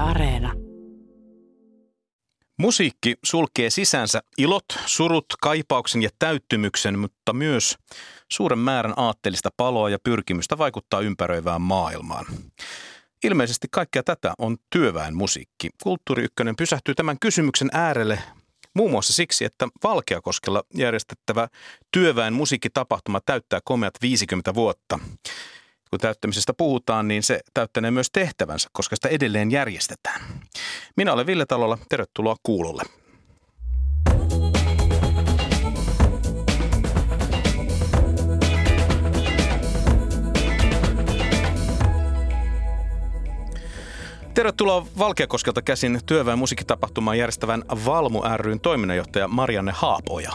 Areena. Musiikki sulkee sisäänsä ilot, surut, kaipauksen ja täyttymyksen, mutta myös suuren määrän aatteellista paloa ja pyrkimystä vaikuttaa ympäröivään maailmaan. Ilmeisesti kaikkea tätä on työväen musiikki. Kulttuuri Ykkönen pysähtyy tämän kysymyksen äärelle muun muassa siksi, että Valkeakoskella järjestettävä työväen musiikkitapahtuma täyttää komeat 50 vuotta. Kun täyttämisestä puhutaan, niin se täyttänee myös tehtävänsä, koska sitä edelleen järjestetään. Minä olen Ville Talolla. Tervetuloa kuulolle. Tervetuloa Valkeakoskelta käsin työväen musiikkitapahtumaan järjestävän Valmu ry:n toiminnanjohtaja Marianne Haapoja.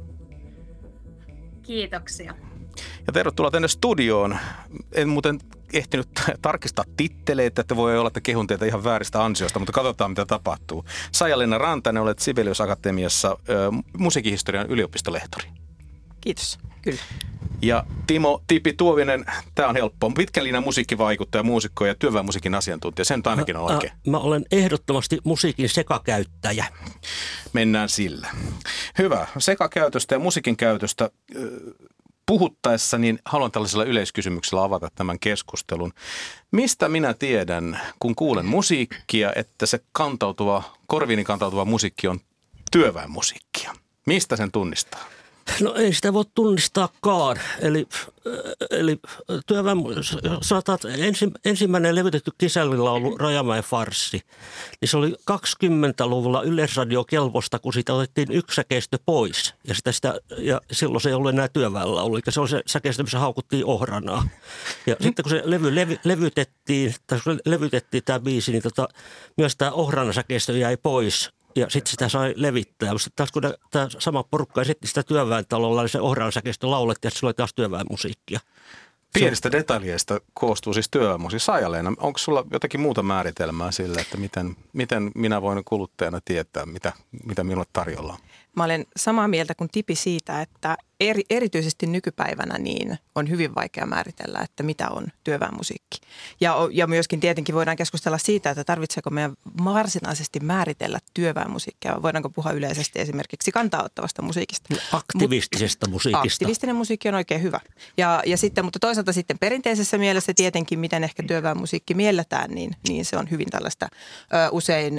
Kiitoksia. Ja tervetuloa tänne studioon. En muuten ehtinyt tarkistaa titteleitä, että voi olla, että kehun teitä ihan vääristä ansioista, mutta katsotaan, mitä tapahtuu. Saija-Leena Rantanen, olet Sibelius Akatemiassa musiikkihistorian yliopistolehtori. Kiitos, kyllä. Ja Timo Tipi Tuovinen, tämä on helppoa. Pitkän linjan musiikkivaikuttaja, muusikko ja työväenmusiikin asiantuntija. Sen ainakin on oikein. Mä olen ehdottomasti musiikin sekakäyttäjä. Mennään sillä. Hyvä. Sekakäytöstä ja musiikin käytöstä puhuttaessa, niin haluan tällaisella yleiskysymyksellä avata tämän keskustelun. Mistä minä tiedän, kun kuulen musiikkia, että se korviini kantautuva musiikki on työväenmusiikkia? Mistä sen tunnistaa? No ei sitä voi tunnistaakaan. Eli sanotaan, ensimmäinen levytetty kisällilaulu Rajamäen farssi, niin se oli 20-luvulla Yleisradiokelpoista, kun siitä otettiin yksi säkeistö pois. Ja silloin se ei ollut enää työväenlaulu, eli se oli se säkeistö, missä haukuttiin ohranaa. Ja sitten kun se levytettiin tämä biisi, niin myös tämä ohranasäkeistö jäi pois. Ja sitten sitä sai levittää. Mutta taas kun tämä sama porukka esitti sitä työväentalolla, niin se ohransäkeistö laulettiin, että se oli taas työväenmusiikkia. Pienistä detaljeista koostuu siis työväenmusiikki. Saija-Leena, onko sulla jotakin muuta määritelmää sille, että miten minä voin kuluttajana tietää, mitä minulle tarjolla on? Mä olen samaa mieltä kuin Tipi siitä, että erityisesti nykypäivänä niin on hyvin vaikea määritellä, että mitä on työväenmusiikki. Ja myöskin tietenkin voidaan keskustella siitä, että tarvitseeko meidän varsinaisesti määritellä työväenmusiikkia. Voidaanko puhua yleisesti esimerkiksi kantaa-ottavasta musiikista. Aktivistisesta musiikista. Aktivistinen musiikki on oikein hyvä. Mutta toisaalta sitten perinteisessä mielessä tietenkin, miten ehkä työväenmusiikki mielletään, niin se on hyvin tällaista usein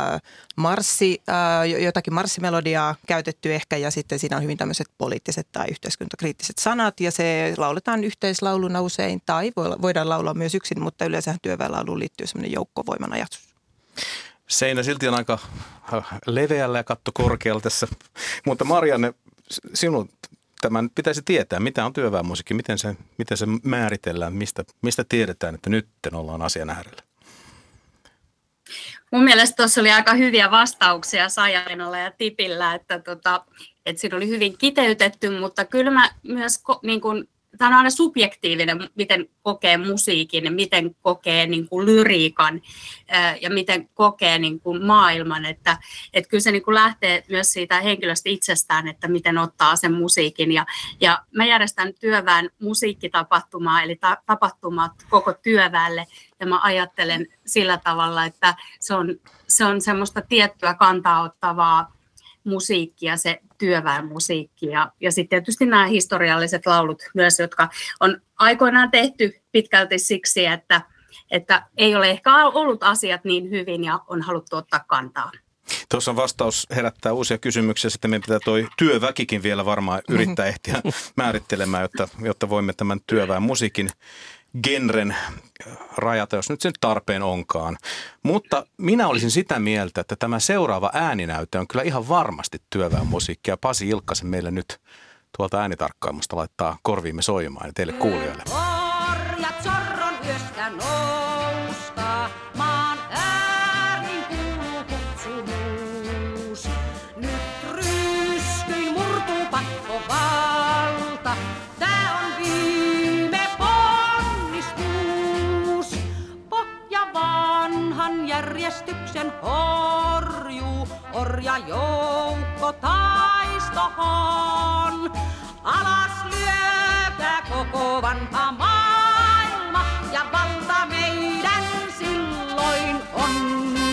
jotakin marssimelodiaa käytetty ehkä, ja sitten siinä on hyvin tämmöiset poliittiset tai yhteiskuntakriittiset sanat, ja se lauletaan yhteislauluna usein, tai voidaan laulaa myös yksin, mutta yleensähän työväenlauluun liittyy semmoinen joukkovoiman ajatus. Seinä silti on aika leveällä ja katto korkealla tässä, mutta Marianne, sinun tämän pitäisi tietää, mitä on työväenmusiikki, miten se määritellään, mistä tiedetään, että nyt ollaan asian äärellä. Mun mielestä tuossa oli aika hyviä vastauksia Saija-Leenolla ja Tipillä, että siinä oli hyvin kiteytetty, mutta kyllä mä myös, tämä on aina subjektiivinen, miten kokee musiikin, miten kokee lyriikan ja miten kokee maailman, että kyllä se lähtee myös siitä henkilöstä itsestään, että miten ottaa sen musiikin. Ja mä järjestän työväen musiikkitapahtumaa, eli tapahtumat koko työväelle, ja mä ajattelen sillä tavalla, että se on semmoista tiettyä kantaa ottavaa musiikkia, se työväenmusiikki ja sitten tietysti nämä historialliset laulut myös, jotka on aikoinaan tehty pitkälti siksi, että ei ole ehkä ollut asiat niin hyvin ja on haluttu ottaa kantaa. Tuossa vastaus herättää uusia kysymyksiä, sitten meidän pitää toi työväkikin vielä varmaan yrittää ehtiä määrittelemään, jotta voimme tämän työväenmusiikin genren rajata, jos nyt sen tarpeen onkaan. Mutta minä olisin sitä mieltä, että tämä seuraava ääninäyte on kyllä ihan varmasti työväenmusiikkia. Pasi Ilkkasen meille nyt tuolta äänitarkkaimusta laittaa korviimme soimaan ja teille kuulijoille. Orjat sorron yöstä nouskaa, maan äänin kuuluu kutsumus. Nyt ryskyin murtuu pakkovalta, tää on viime ponnistus. Pohja vanhan järjestyksen horjuu, orjajoukko taistohon. Alas lyökää koko vanha maailma ja valta meidän silloin on.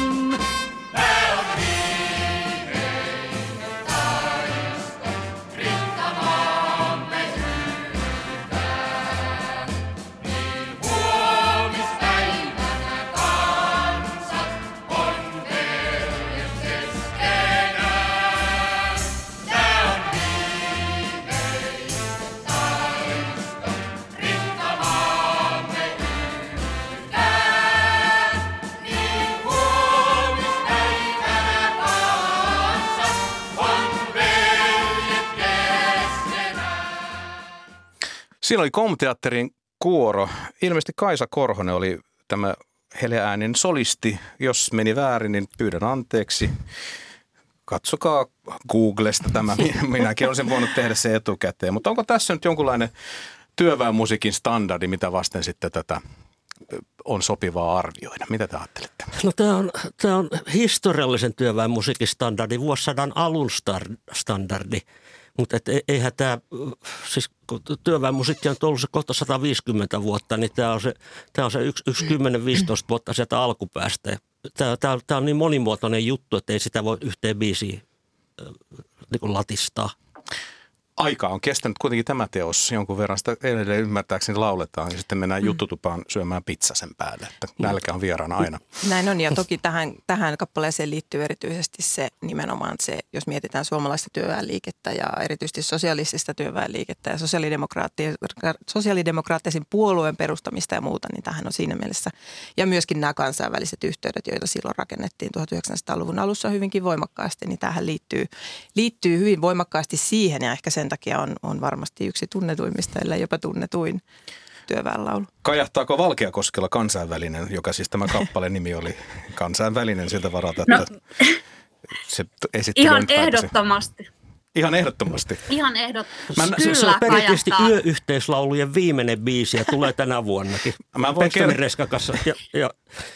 Siinä oli Komteatterin kuoro. Ilmeisesti Kaisa Korhonen oli tämä heleäänen solisti. Jos meni väärin, niin pyydän anteeksi. Katsokaa Googlesta tämä. Minäkin olisin voinut tehdä se etukäteen. Mutta onko tässä nyt jonkunlainen työväenmusiikin standardi, mitä vasten sitten tätä on sopivaa arvioida? Mitä te ajattelette? No tämä on historiallisen työväenmusiikin standardi, vuosisadan alun standardi. Mutta eihän tämä, siis kun työväenmusiikki on ollut se kohta 150 vuotta, niin tämä on se yksi 10-15 vuotta sieltä alkupäästä. Tämä on niin monimuotoinen juttu, että ei sitä voi yhteen biisiin niin kuin latistaa. Aika on kestänyt kuitenkin tämä teos jonkun verran. Sitä edelleen ymmärtääkseni lauletaan ja sitten mennään juttutupaan syömään pizza sen päälle. Että nälkä on vieraana aina. Näin on ja toki tähän kappaleeseen liittyy erityisesti se nimenomaan se, jos mietitään suomalaista työväenliikettä ja erityisesti sosialistista työväenliikettä ja sosiaalidemokraattisen puolueen perustamista ja muuta, niin tähän on siinä mielessä. Ja myöskin nämä kansainväliset yhteydet, joita silloin rakennettiin 1900-luvun alussa hyvinkin voimakkaasti, niin tähän liittyy hyvin voimakkaasti siihen ja ehkä sen takia on varmasti yksi tunnetuimmista, ellei jopa tunnetuin työväenlaulu. Kajahtaako Valkeakoskella kansainvälinen, joka siis tämä kappaleen nimi oli kansainvälinen siltä varalta, että se esittely ihan ehdottomasti. Ihan ehdottomasti. Ihan ehdottomasti. Se on perinteisesti yöyhteislaulujen viimeinen biisi ja tulee tänä vuonnakin. Poistomin Reskan kanssa ja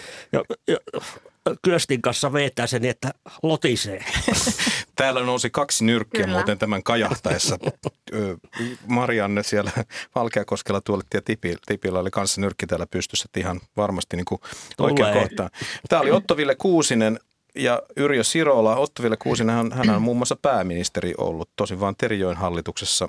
Kyöstin kanssa vetää sen, että lotisee. Täällä nousi 2 nyrkkiä muuten tämän kajahtaessa. Marianne siellä Valkeakoskella tuoletti ja Tipillä oli kanssa nyrkki täällä pystyssä, että ihan varmasti niin kuin oikea kohtaan. Tämä oli Otto-Ville Kuusinen ja Yrjö Sirola. Otto-Ville Kuusinen, hän on muun muassa pääministeri ollut, tosin vaan Terijoen hallituksessa.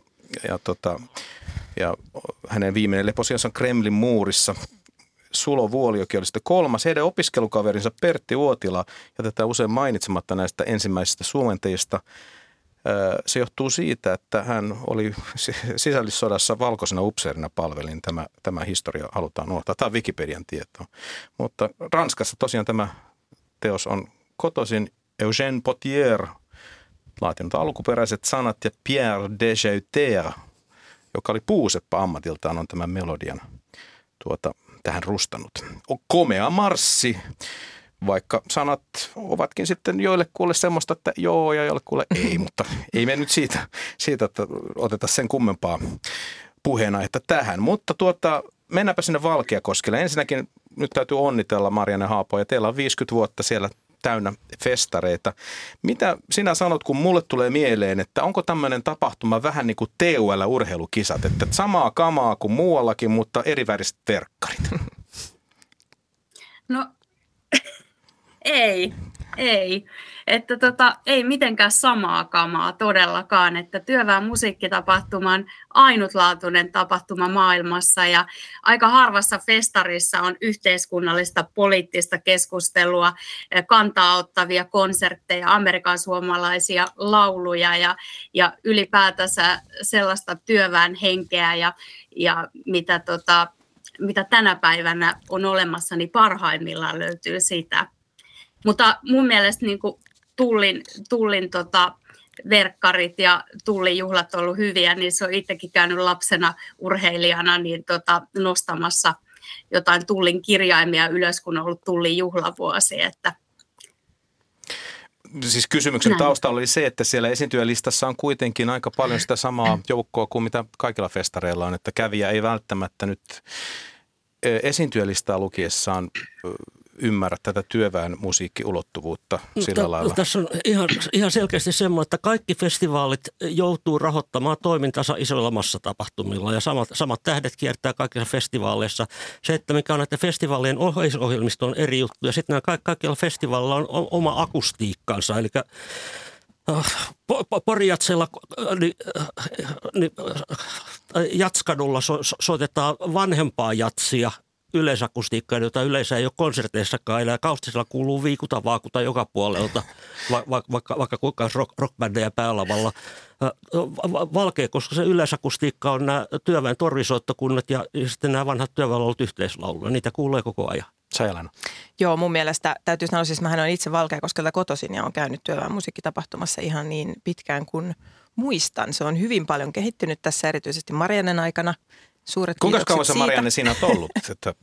Ja hänen viimeinen leposiansa on Kremlin muurissa. Sulo Vuoliokin oli sitten 3. Heidän opiskelukaverinsa Pertti Uotila, jätetään usein mainitsematta näistä ensimmäisistä suomentajista. Se johtuu siitä, että hän oli sisällissodassa valkoisena upseerina palvelin. Tämä historia halutaan unohtaa. Tämä on Wikipedian tietoa. Mutta Ranskassa tosiaan tämä teos on kotoisin Eugène Potier, laatinut alkuperäiset sanat, ja Pierre Desjauter, joka oli puuseppä ammatiltaan, on tämän melodian tähän rustannut. On komea marssi, vaikka sanat ovatkin sitten joillekuille semmoista, että joo ja joillekuille ei, mutta ei me nyt siitä että oteta sen kummempaa puheena, että tähän. Mutta mennäänpä sinne Valkeakoskelle. Ensinnäkin nyt täytyy onnitella Marianne Haapoja. Teillä on 50 vuotta siellä täynnä festareita. Mitä sinä sanot, kun mulle tulee mieleen, että onko tämmöinen tapahtuma vähän niin kuin TUL-urheilukisat, että samaa kamaa kuin muuallakin, mutta eri väriset verkkarit? No ei. Että ei mitenkään samaa kamaa todellakaan, että työväen musiikkitapahtuma on ainutlaatuinen tapahtuma maailmassa ja aika harvassa festarissa on yhteiskunnallista poliittista keskustelua, kantaa ottavia konsertteja, amerikan suomalaisia lauluja ja ylipäätänsä sellaista työväen henkeä ja mitä tänä päivänä on olemassa, niin parhaimmillaan löytyy sitä. Mutta mun mielestä niin kuin Tullin verkkarit ja Tullin juhlat on ollut hyviä, niin se on itsekin käynyt lapsena urheilijana niin nostamassa jotain Tullin kirjaimia ylös, kun on ollut Tullin juhlavuosi. Että siis kysymyksen taustalla oli se, että siellä esiintyjälistassa on kuitenkin aika paljon sitä samaa joukkoa kuin mitä kaikilla festareilla on, että kävijä ei välttämättä nyt esiintyjälistaa lukiessaan ymmärrä tätä työväen musiikkiulottuvuutta sillä lailla. Tässä on ihan selkeästi semmoinen, että kaikki festivaalit joutuu rahoittamaan toimintansa isoilla massatapahtumilla ja samat tähdet kiertää kaikissa festivaaleissa. Se, että mikä on näiden festivaalien ohjelmisto on eri juttu ja sitten kaikilla festivaaleilla on oma akustiikkansa, eli Porijatsella Jatskadulla soitetaan vanhempaa jatsia, yleisakustiikkaa, jota yleensä ei ole konserteissakaan, ja Kaustisella kuuluu viikuta vaakuta joka puolelta, vaikka kuinka rockbändejä päälavalla. Valkeakoska se yleisakustiikka on nämä työväen torvisoittokunnat ja sitten nämä vanhat työväenlaulut yhteislauluja. Niitä kuulee koko ajan. Säilänä. Joo, mun mielestä täytyy sanoa, siis mähän olen itse Valkeakoskelta kotoisin ja olen käynyt työväen musiikkitapahtumassa ihan niin pitkään kuin muistan. Se on hyvin paljon kehittynyt tässä erityisesti Mariannen aikana. Suuret Kuinka kiitokset kauan sä, siitä. Marianne, siinä olet ollut? Että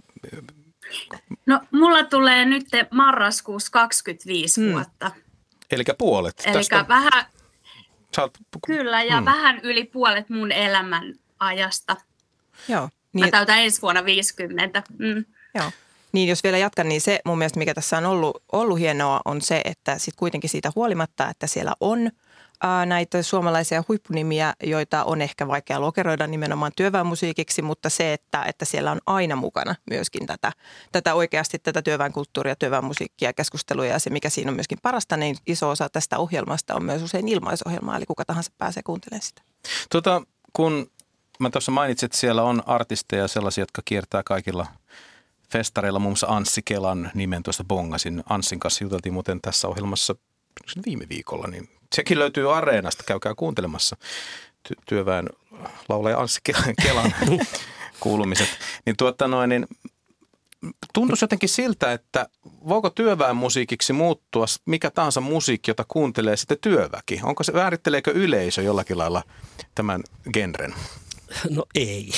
No mulla tulee nyt marraskuussa 25 vuotta. eli puolet. Eli Tästä vähän, sä oot, kyllä, ja vähän yli puolet mun elämän ajasta. Joo. Mä täytän ensi vuonna 50. Joo. Niin jos vielä jatkan, niin se mun mielestä, mikä tässä on ollut hienoa, on se, että sitten kuitenkin siitä huolimatta, että siellä on näitä suomalaisia huippunimiä, joita on ehkä vaikea lokeroida nimenomaan työväenmusiikiksi, mutta se, että siellä on aina mukana myöskin tätä oikeasti tätä työväenkulttuuria, työväenmusiikkia, keskusteluja ja se, mikä siinä on myöskin parasta, niin iso osa tästä ohjelmasta on myös usein ilmaisohjelmaa, eli kuka tahansa pääsee kuuntelemaan sitä. Kun mä tuossa mainitsin, että siellä on artisteja sellaisia, jotka kiertää kaikilla festareilla, muun muassa Anssi Kelan nimen tuosta bongasin. Anssin kanssa juteltiin muuten tässä ohjelmassa viime viikolla, niin sekin löytyy Areenasta, käykää kuuntelemassa työväen laulaja Anssi Kelan kuulumiset. Niin tuntuisi jotenkin siltä, että voiko työväenmusiikiksi muuttua mikä tahansa musiikki, jota kuuntelee sitten työväki? Määritteleekö yleisö jollakin lailla tämän genren? No ei.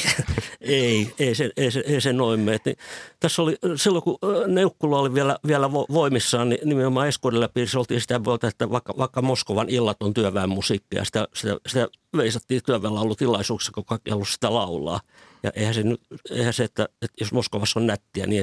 ei se noin mene. Niin, tässä oli silloin, kun Neukkula oli vielä voimissaan, niin nimenomaan Eskodella piirissä oltiin sitä mieltä, että vaikka Moskovan illat on työväenmusiikkia, sitä veisattiin työväenlaulutilaisuuksissa, kun kaikki halusi sitä laulaa. Ja eihän se, että jos Moskovassa on nättiä, niin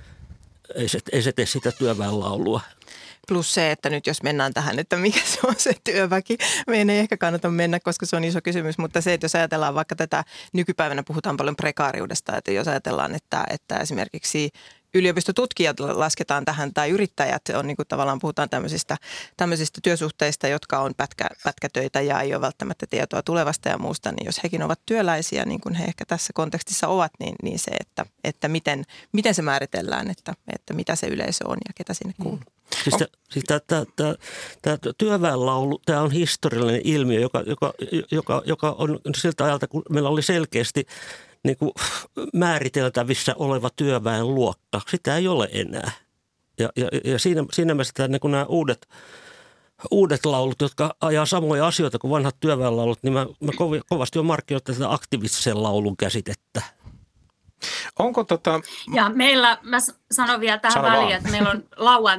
ei se tee sitä työväenlaulua. Plus se, että nyt jos mennään tähän, että mikä se on se työväki, meidän ei ehkä kannata mennä, koska se on iso kysymys, mutta se, että jos ajatellaan vaikka tätä, nykypäivänä puhutaan paljon prekaariudesta, että jos ajatellaan, että esimerkiksi yliopistotutkijat lasketaan tähän tai yrittäjät on niin kuin tavallaan puhutaan tämmöisistä työsuhteista, jotka on pätkätöitä ja ei ole välttämättä tietoa tulevasta ja muusta, niin jos hekin ovat työläisiä, niin kuin he ehkä tässä kontekstissa ovat, niin se, että miten se määritellään, että mitä se yleisö on ja ketä sinne kuuluu. Siis tämä työväenlaulu, tämä on historiallinen ilmiö, joka on siltä ajalta, kun meillä oli selkeästi niin kuin määriteltävissä oleva työväenluokka. Sitä ei ole enää. Ja siinä mielessä niin nämä uudet laulut, jotka ajaa samoja asioita kuin vanhat työväenlaulut, niin mä kovasti on markkinoittanut tätä aktivistisen laulun käsitettä. Onko Ja mä sanon vielä tähän väliin, että meillä on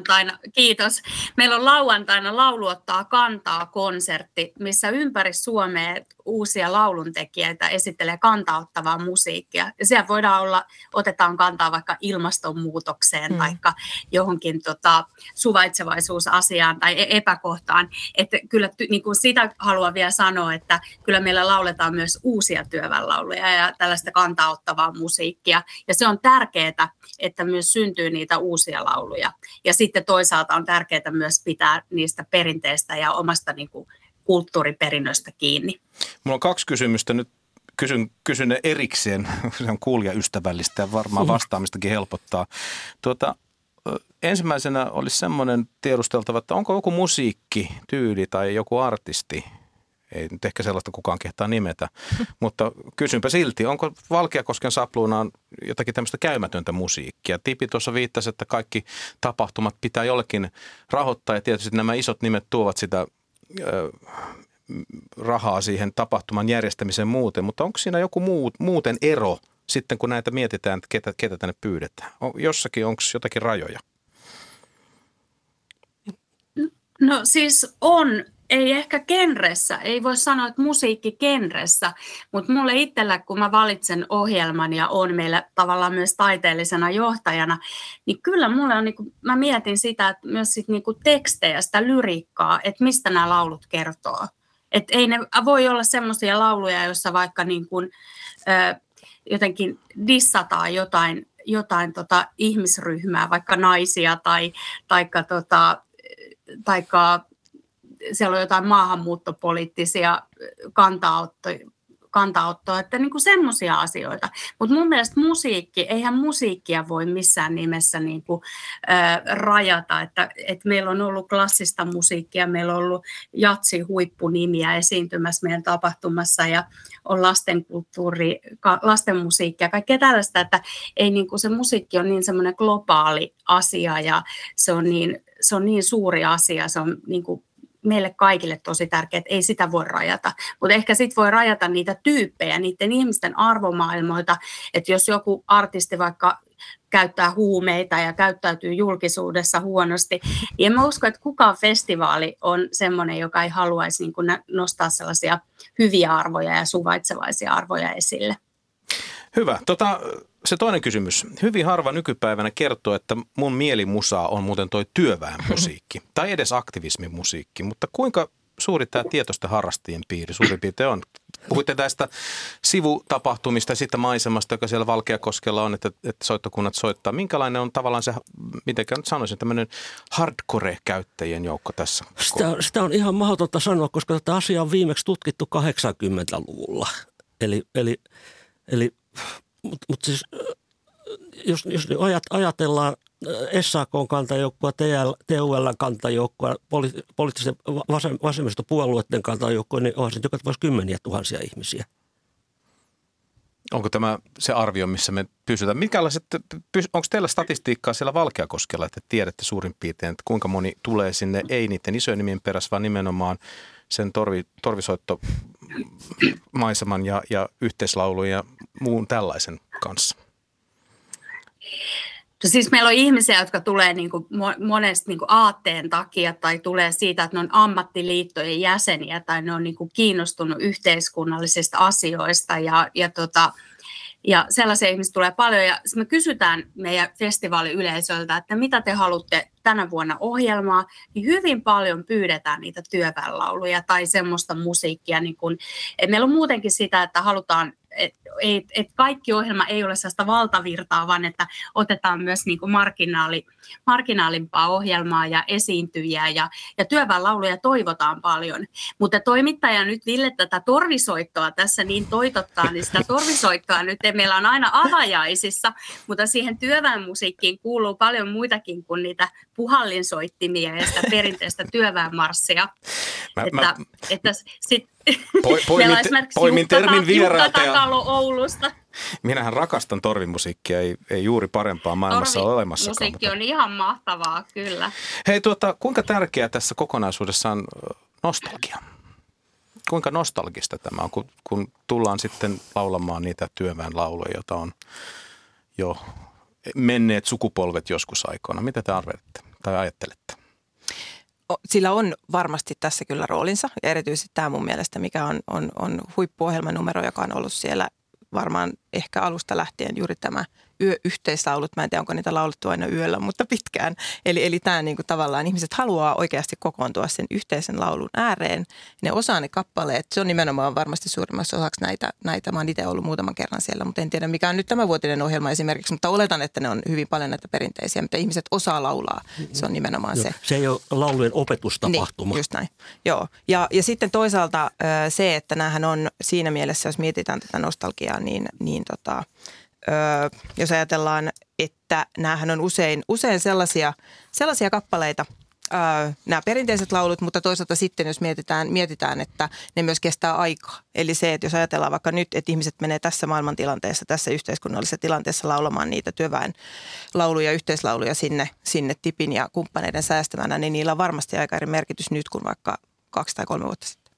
lauantaina Laulu ottaa kantaa -konsertti, missä ympäri Suomea uusia lauluntekijöitä esittelee kantaa ottavaa musiikkia. Ja siellä otetaan kantaa vaikka ilmastonmuutokseen tai johonkin suvaitsevaisuusasiaan tai epäkohtaan. Että kyllä niin kuin sitä haluan vielä sanoa, että kyllä meillä lauletaan myös uusia työväenlauluja ja tällaista kantaa ottavaa musiikkia. Ja se on tärkeää, että myös syntyy niitä uusia lauluja. Ja sitten toisaalta on tärkeää myös pitää niistä perinteistä ja omasta niin kuin kulttuuriperinnöstä kiinni. Mulla on 2 kysymystä nyt. Kysyn ne erikseen. Se on kuulijaystävällistä ja varmaan vastaamistakin helpottaa. Ensimmäisenä olisi semmoinen tiedusteltava, että onko joku musiikkityyli tai joku artisti, ei nyt ehkä sellaista kukaan kehtaa nimetä, mutta kysynpä silti, onko Valkeakosken sapluunaan jotakin tämmöistä käymätöntä musiikkia? Tipi tuossa viittasi, että kaikki tapahtumat pitää jollekin rahoittaa ja tietysti nämä isot nimet tuovat sitä rahaa siihen tapahtuman järjestämiseen muuten, mutta onko siinä joku muuten ero sitten, kun näitä mietitään, että ketä tänne pyydetään? Jossakin onko jotakin rajoja? No siis on. Ei ehkä genressä, ei voi sanoa, että musiikki genressä, mutta mulle itsellä, kun mä valitsen ohjelman ja on meillä tavallaan myös taiteellisena johtajana, niin kyllä mulle on, mä mietin sitä, että myös sit tekstejä, sitä lyriikkaa, että mistä nämä laulut kertoo. Että ei ne voi olla semmoisia lauluja, joissa vaikka jotenkin dissataan jotain ihmisryhmää, vaikka naisia taikka siellä on jotain maahanmuuttopoliittisia kantaottoa, että niin kuin semmoisia asioita. Mutta mun mielestä eihän musiikkia voi missään nimessä niin kuin, rajata, että meillä on ollut klassista musiikkia, meillä on ollut jatsi-huippunimiä esiintymässä meidän tapahtumassa ja on lastenkulttuuri, lastenmusiikkia, kaikkea tällaista, että ei niin kuin se musiikki on niin semmoinen globaali asia ja se on niin suuri asia, se on niin kuin meille kaikille tosi tärkeää, että ei sitä voi rajata. Mutta ehkä sitten voi rajata niitä tyyppejä, niiden ihmisten arvomaailmoita, että jos joku artisti vaikka käyttää huumeita ja käyttäytyy julkisuudessa huonosti, niin en mä usko, että kukaan festivaali on semmoinen, joka ei haluaisi niin kuin nostaa sellaisia hyviä arvoja ja suvaitsevaisia arvoja esille. Hyvä. Se toinen kysymys. Hyvin harva nykypäivänä kertoo, että mun mielimusaa on muuten toi työväenmusiikki tai edes aktivismimusiikki, mutta kuinka suuri tämä tietoisten harrastajien piiri suurin piirtein on? Puhuitte tästä sivutapahtumista ja siitä maisemasta, joka siellä Valkeakoskella on, että soittokunnat soittaa. Minkälainen on tavallaan se, mitenkä nyt sanoisin, tämmöinen hardcore-käyttäjien joukko tässä? Sitä on ihan mahdotonta sanoa, koska tätä asiaa on viimeksi tutkittu 80-luvulla. Mutta siis jos ajatellaan SAK:n kantajoukkoa, TUL:n kantajoukkoa, poliittisten vasemmistopuolueiden kantajoukkoa, niin onhan se joka tapauksessa 10 000 ihmisiä. Onko tämä se arvio, missä me pysytään? Onko teillä statistiikkaa siellä Valkeakoskella, että tiedätte suurin piirtein, että kuinka moni tulee sinne, ei niiden isojen nimien perässä, vaan nimenomaan sen torvisoittomaiseman ja yhteislaulun ja muun tällaisen kanssa? Siis meillä on ihmisiä, jotka tulee niin kuin monesti niin kuin aatteen takia tai tulee siitä, että ne on ammattiliittojen jäseniä tai ne on niin kuin kiinnostunut yhteiskunnallisista asioista ja sellaisia ihmisiä tulee paljon. Ja me kysytään meidän festivaaliyleisöltä, että mitä te haluatte tänä vuonna ohjelmaa, niin hyvin paljon pyydetään niitä työväenlauluja tai semmoista musiikkia. Niin kuin, meillä on muutenkin sitä, että halutaan, että kaikki ohjelma ei ole sellaista valtavirtaa, vaan että otetaan myös niin kuin marginaalimpaa ohjelmaa ja esiintyjiä ja työväenlauluja toivotaan paljon. Mutta toimittaja nyt Ville tätä torvisoittoa tässä niin toitottaa, niin sitä torvisoittoa nyt meillä on aina avajaisissa, mutta siihen työväenmusiikkiin kuuluu paljon muitakin kuin niitä puhallinsoittimia ja sitä perinteistä työväenmarssia. Poimin termin vieraalta. Oulusta. Minähän rakastan torvimusiikkia, ei juuri parempaa maailmassa ole olemassakaan. Musiikki on ihan mahtavaa, kyllä. Hei, kuinka tärkeää tässä kokonaisuudessa on nostalgia? Kuinka nostalgista tämä on, kun tullaan sitten laulamaan niitä työväenlauluja, joita on jo menneet sukupolvet joskus aikoina? Mitä te arvelette tai ajattelette? Sillä on varmasti tässä kyllä roolinsa ja erityisesti tämä mun mielestä, mikä on huippuohjelmanumero, joka on ollut siellä varmaan ehkä alusta lähtien juuri tämä yöyhteislaulut. Mä en tiedä, onko niitä laulettu aina yöllä, mutta pitkään. Eli tämä niin kuin tavallaan ihmiset haluaa oikeasti kokoontua sen yhteisen laulun ääreen. Ne osaa ne kappaleet. Se on nimenomaan varmasti suurimmassa osaksi näitä. Mä oon itse ollut muutaman kerran siellä, mutta en tiedä mikä on nyt tämä vuotinen ohjelma esimerkiksi. Mutta oletan, että ne on hyvin paljon näitä perinteisiä, mitä ihmiset osaa laulaa. Se on nimenomaan se. Se ei ole laulujen opetustapahtuma. Niin, just näin. Joo. Ja sitten toisaalta se, että näähän on siinä mielessä, jos mietitään tätä nostalgiaa, niin jos ajatellaan, että näähän on usein sellaisia kappaleita, nämä perinteiset laulut, mutta toisaalta sitten jos mietitään, että ne myös kestää aikaa. Eli se, että jos ajatellaan vaikka nyt, että ihmiset menee tässä maailmantilanteessa, tässä yhteiskunnallisessa tilanteessa laulamaan niitä työväenlauluja, yhteislauluja sinne tipin ja kumppaneiden säästämänä, niin niillä on varmasti aika eri merkitys nyt kuin vaikka 2 tai 3 vuotta sitten.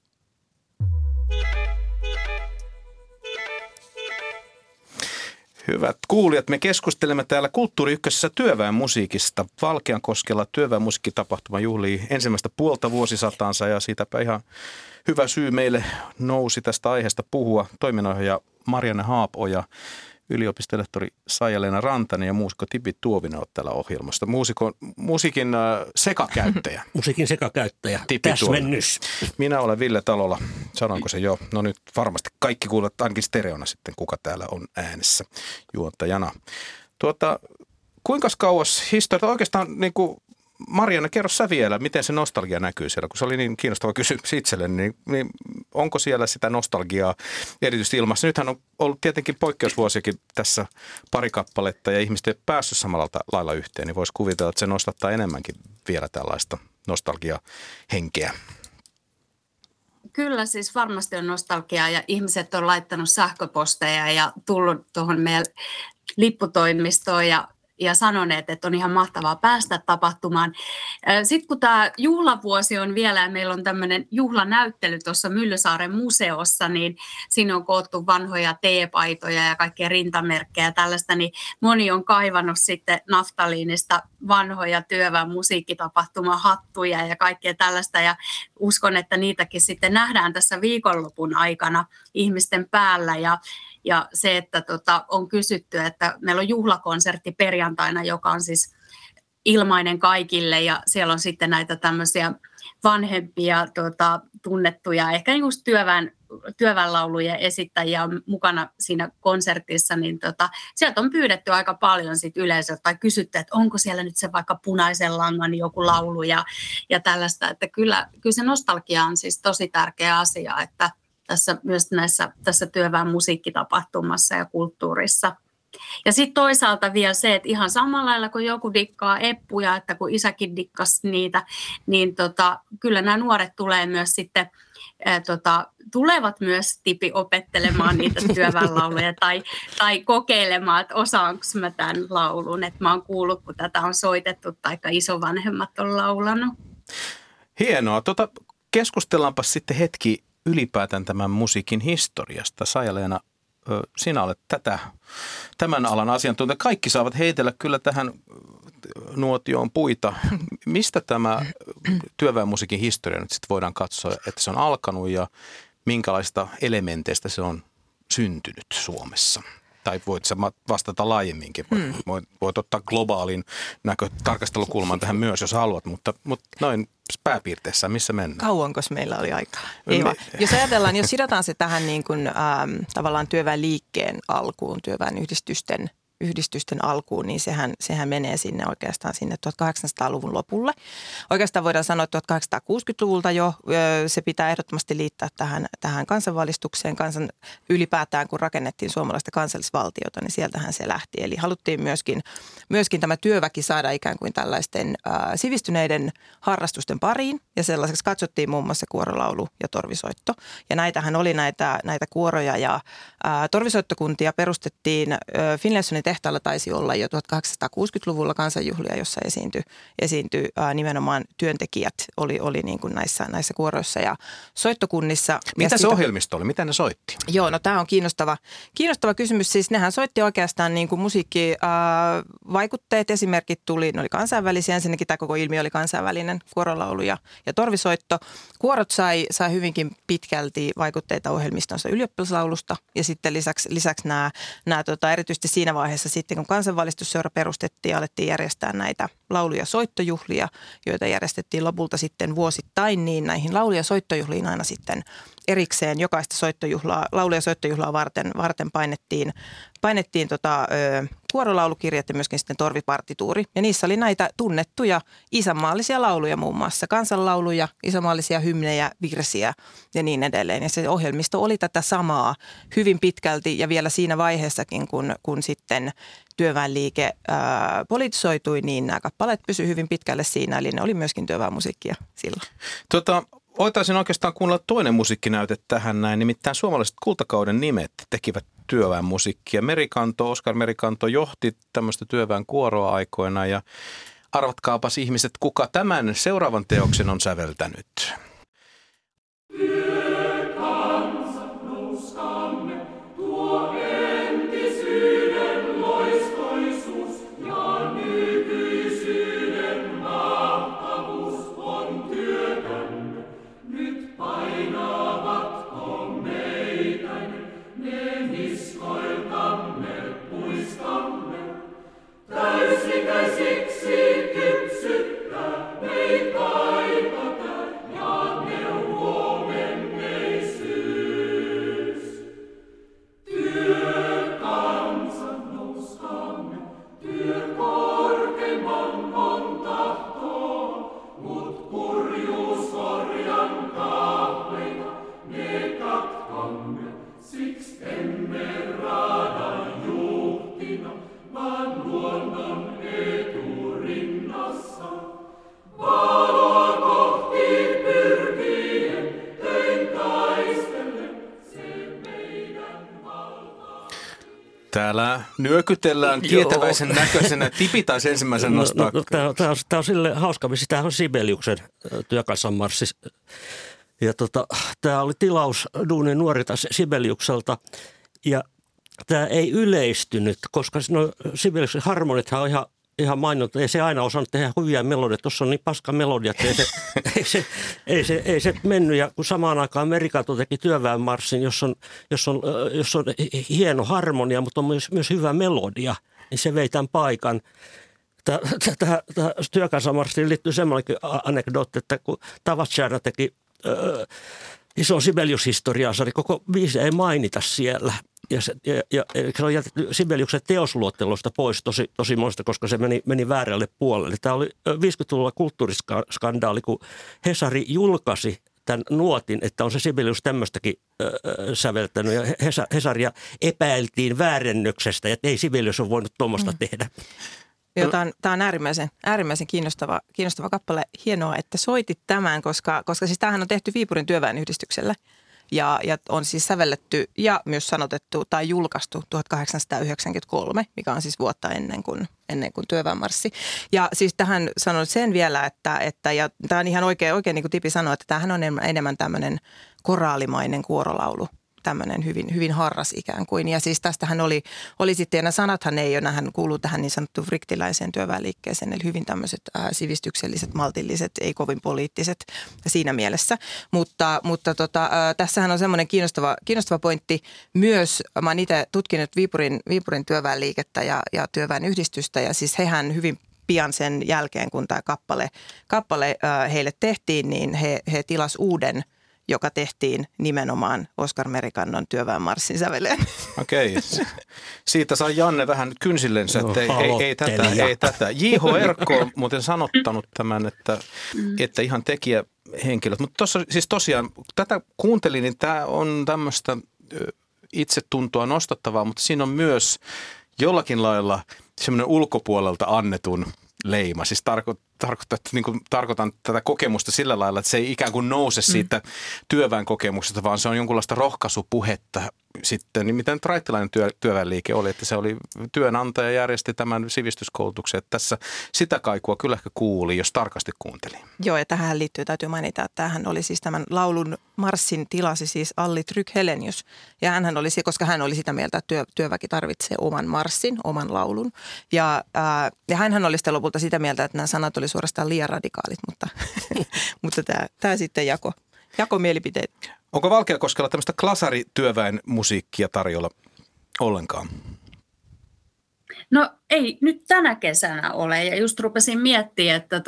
Hyvät kuulijat, me keskustelemme täällä Kulttuuri Ykkösessä työväenmusiikista. Valkeakoskella työväenmusiikkitapahtuma juhlii ensimmäistä puolta vuosisataansa ja siitäpä ihan hyvä syy meille nousi tästä aiheesta puhua. Toiminnanohjaaja Marianne Haapoja, yliopistonlehtori Saija-Leena Rantanen ja muusikko Tipi Tuovinen on täällä ohjelmassa. Musiikin sekakäyttäjä. Musiikin sekakäyttäjä. Täsmennys. Minä olen Ville Talola. Sanoinko se jo? No nyt varmasti kaikki kuulet ainakin stereona sitten, kuka täällä on äänessä juontajana. Kuinka kauas historia, oikeastaan niin kuin Marianne, kerro sä vielä, miten se nostalgia näkyy siellä, kun se oli niin kiinnostava kysymys itselleni, niin onko siellä sitä nostalgiaa erityisesti ilmassa? Nythän on ollut tietenkin poikkeusvuosiakin tässä pari kappaletta ja ihmiset ei päässyt samalla lailla yhteen, niin voisi kuvitella, että se nostattaa enemmänkin vielä tällaista nostalgiahenkeä. Kyllä siis varmasti on nostalgiaa ja ihmiset on laittanut sähköposteja ja tullut tuohon meidän lipputoimistoon ja ja sanoneet, että on ihan mahtavaa päästä tapahtumaan. Sitten kun tämä juhlavuosi on vielä ja meillä on tämmöinen juhlanäyttely tuossa Myllysaaren museossa, niin siinä on koottu vanhoja teepaitoja ja kaikkia rintamerkkejä ja tällaista, niin moni on kaivannut sitten naftaliinista vanhoja työväen musiikkitapahtumahattuja ja kaikkea tällaista ja uskon, että niitäkin sitten nähdään tässä viikonlopun aikana ihmisten päällä ja se, että on kysytty, että meillä on juhlakonsertti perjantaina, joka on siis ilmainen kaikille ja siellä on sitten näitä tämmöisiä vanhempia tunnettuja, ehkä just työväenlaulujen esittäjiä on mukana siinä konsertissa, niin sieltä on pyydetty aika paljon sit yleisöltä tai kysytty, että onko siellä nyt se vaikka Punaisen langan joku laulu ja tällaista, että kyllä se nostalgia on siis tosi tärkeä asia, että myös tässä työväen musiikkitapahtumassa ja kulttuurissa. Ja sitten toisaalta vielä se, että ihan samalla lailla kun joku dikkaa eppuja, että kun isäkin dikkasi niitä, niin kyllä nämä nuoret tulee myös sitten, tulevat myös opettelemaan niitä työväenlauluja tai kokeilemaan, että osaanko mä tämän laulun. Että mä oon kuullut, kun tätä on soitettu tai isovanhemmat on laulanut. Hienoa. Keskustellaanpa sitten hetki ylipäätään tämän musiikin historiasta. Saija-Leena, sinä olet tämän alan asiantuntija. Kaikki saavat heitellä kyllä tähän nuotioon puita. Mistä tämä työväenmusiikin historia nyt sitten voidaan katsoa, että se on alkanut ja minkälaista elementeistä se on syntynyt Suomessa? Tai voit sä vastata laajemminkin. Voit ottaa globaalin tarkastelukulman tähän myös, jos haluat, mutta noin pääpiirteessä, missä mennään? Kauankos meillä oli aikaa? Jos ajatellaan, jos sidotaan se tähän niin kuin, tavallaan työväenliikkeen alkuun, työväenyhdistysten alkuun, niin sehän menee oikeastaan sinne 1800-luvun lopulle. Oikeastaan voidaan sanoa, että 1860-luvulta jo se pitää ehdottomasti liittää tähän kansanvalistukseen. Ylipäätään, kun rakennettiin suomalaista kansallisvaltiota, niin sieltähän se lähti. Eli haluttiin myöskin tämä työväki saada ikään kuin tällaisten sivistyneiden harrastusten pariin. Ja sellaiseksi katsottiin muun muassa kuorolaulu ja torvisoitto. Ja näitähän oli näitä kuoroja ja torvisoittokuntia perustettiin Finlaysonin tehtaalla taisi olla jo 1860-luvulla kansanjuhlia, jossa esiintyi nimenomaan työntekijät oli niin kuin näissä kuoroissa ja soittokunnissa. Mitä se ohjelmisto oli? Mitä ne soitti? Joo, no tämä on kiinnostava kysymys. Siis nehän soitti oikeastaan niin kuin musiikkivaikutteet, esimerkit ne oli kansainvälisiä. Ensinnäkin tämä koko ilmiö oli kansainvälinen, kuorolaulu ja torvisoitto. Kuorot sai hyvinkin pitkälti vaikutteita ohjelmistonsa ylioppilaslaulusta ja sitten lisäksi nämä erityisesti siinä vaiheessa sitten, kun kansanvalistusseura perustettiin ja alettiin järjestää näitä laulu- ja soittojuhlia, joita järjestettiin lopulta sitten vuosittain, niin näihin laulu- ja soittojuhliin aina sitten erikseen jokaista laulu- ja soittojuhlaa varten painettiin kuorolaulukirjat ja myöskin sitten torvipartituuri. Ja niissä oli näitä tunnettuja isänmaallisia lauluja muun muassa, kansanlauluja, isänmaallisia hymnejä, virsiä ja niin edelleen. Ja se ohjelmisto oli tätä samaa hyvin pitkälti ja vielä siinä vaiheessakin, kun sitten työväenliike politisoitui, niin nämä kappaleet pysyivät hyvin pitkälle siinä, eli ne oli myöskin työväenmusiikkia silloin. Voitaisiin oikeastaan kuunnella toinen musiikkinäyte tähän näin, nimittäin suomalaiset kultakauden nimet tekivät työväenmusiikkia. Oskar Merikanto johti tämmöistä työväen kuoroa aikoina ja arvatkaapas ihmiset, kuka tämän seuraavan teoksen on säveltänyt. Täysikäisiksi kypsyttää meitä kaipata ja Täällä nyökytellään tietäväisen näköisenä. Tipi taisi ensimmäisen nostaa. Tämä on sille hauska, tämä on Sibeliuksen työkansanmarssi. Ja tämä oli tilaus duunin nuorilta Sibeliukselta ja tämä ei yleistynyt, koska Sibeliuksen harmonithan on ihan mainittu. Ei se aina osannut tehdä hyviä melodioita. Tuossa on niin paska melodia, että ei se mennyt. Ja kun samaan aikaan Merikato teki työväenmarssin, jos on hieno harmonia, mutta on myös hyvä melodia, niin se vei tämän paikan. Tähän työkansanmarssiin liittyy semmoinenkin anekdootti, että kun Tavatsiana teki ison Sibelius-historiaansa, niin koko biisi ei mainita siellä. Ja se on jätetty Sibeliuksen teosluottelosta pois tosi monesta, koska se meni väärälle puolelle. Tämä oli 50-luvulla kulttuuriskandaali, kun Hesari julkaisi tämän nuotin, että on se Sibelius tämmöistäkin säveltänyt. Ja Hesaria epäiltiin väärennöksestä, että ei Sibelius ole voinut tuommoista tehdä. Tämä on äärimmäisen kiinnostava kappale. Hienoa, että soitit tämän, koska siis tämähän on tehty Viipurin työväenyhdistyksellä. Ja on siis sävelletty ja myös sanotettu tai julkaistu 1893, mikä on siis vuotta ennen kuin työväenmarssi. Ja siis tähän sanon sen vielä, että ja tämä on ihan oikein niin kuin Tipi sanoi, että tämähän on enemmän tämmöinen koraalimainen kuorolaulu. Tämmöinen hyvin harras ikään kuin. Ja siis tästähän oli sitten, ja nämä sanathan ei ole, hän kuuluu tähän niin sanottuun friktiläiseen työväenliikkeeseen, eli hyvin tämmöiset sivistykselliset, maltilliset, ei kovin poliittiset siinä mielessä. Mutta tässähän on semmoinen kiinnostava pointti myös, mä oon itse tutkinut Viipurin työväenliikettä ja työväenyhdistystä, ja siis hehän hyvin pian sen jälkeen, kun tämä kappale heille tehtiin, niin he tilas uuden, joka tehtiin nimenomaan Oskar Merikannon työväenmarssin säveleen. Okei. Siitä sai Janne vähän kynsillensä, että ei tätä. J.H. Erkko on muuten sanottanut tämän, että ihan tekijähenkilöt. Mutta tuossa siis tosiaan, tätä kuuntelin, niin tämä on tämmöistä itsetuntoa nostattavaa, mutta siinä on myös jollakin lailla semmoinen ulkopuolelta annetun leima. Siis tarkoitan tätä kokemusta sillä lailla, että se ei ikään kuin nouse siitä työväen kokemuksesta, vaan se on jonkunlaista rohkaisupuhetta sitten. Niin miten raittilainen työväenliike oli, että se oli työnantaja järjesti tämän sivistyskoulutuksen. Että tässä sitä kaikua kyllä ehkä kuuli, jos tarkasti kuuntelin. Joo, ja tähän liittyy, täytyy mainita, että tämähän oli siis tämän laulun marssin tilasi siis Alli Trygg-Helenius. Ja hänhän oli, koska hän oli sitä mieltä, että työväki tarvitsee oman marssin, oman laulun. Ja hänhän oli sitten lopulta sitä mieltä, että nämä sanat oli suorastaan liian radikaalit, mutta tämä sitten jako mielipiteet. Onko Valkeakoskella tämmöistä klasarityöväen musiikkia tarjolla ollenkaan? No ei nyt tänä kesänä ole, ja just rupesin miettimään, että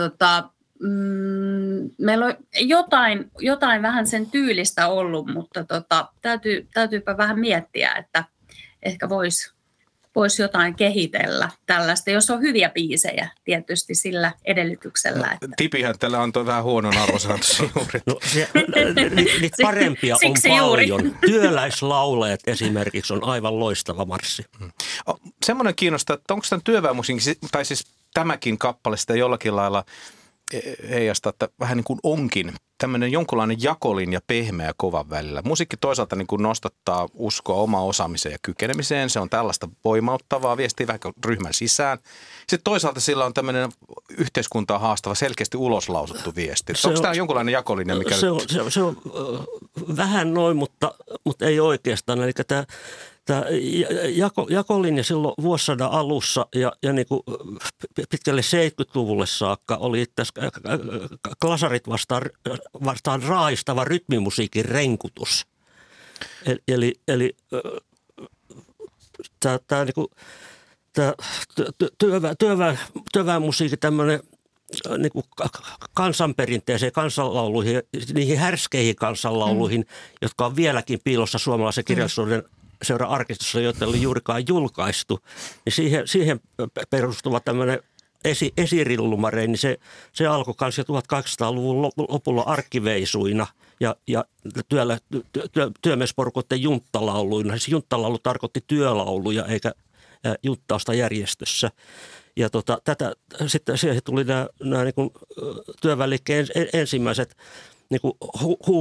meillä on jotain vähän sen tyylistä ollut, mutta täytyypä vähän miettiä, että ehkä voisi jotain kehitellä tällaista, jos on hyviä biisejä tietysti sillä edellytyksellä. Että... Tipihän tällä antoi vähän huonon arvosanan juuri. No, niitä parempia on paljon. Työläislaulajat esimerkiksi on aivan loistava marssi. Semmoinen kiinnostaa, että onko tämän työväenmusiikin, tai siis tämäkin kappale sitä jollakin lailla heijastaa, että vähän niin kuin onkin tämmöinen jonkunlainen jakolinja pehmeä ja kovan välillä. Musiikki toisaalta niin kuin nostattaa uskoa omaan osaamiseen ja kykenemiseen. Se on tällaista voimauttavaa, viestiä vähän ryhmän sisään. Sitten toisaalta sillä on tämmöinen yhteiskuntaa haastava, selkeästi uloslausuttu viesti. Onko tämä jonkunlainen jakolinja? Mikä se on vähän noin, mutta ei oikeastaan. Eli tämä jakolinja silloin vuosisadan alussa ja niin kuin pitkälle 70-luvulle saakka oli tässä klasarit vastaan raahistava rytmimusiikin renkutus. Eli tämä niin kuin työväenmusiikin tämmöinen niin kuin kansanperinteeseen kansanlauluihin, niihin härskeihin kansanlauluihin, jotka on vieläkin piilossa suomalaisen kirjallisuuden seuran arkistossa, joita oli juurikaan julkaistu, niin siihen perustuva tämmöinen esirillumarein, niin se alkoi kanssa jo 1800-luvun lopulla arkkiveisuina ja työmiesporukoiden junttalauluina. Se junttalaulu tarkoitti työlauluja eikä junttausta järjestössä. Ja sitten siihen tuli nämä niin kuin työväenliikkeen ensimmäiset niin kuin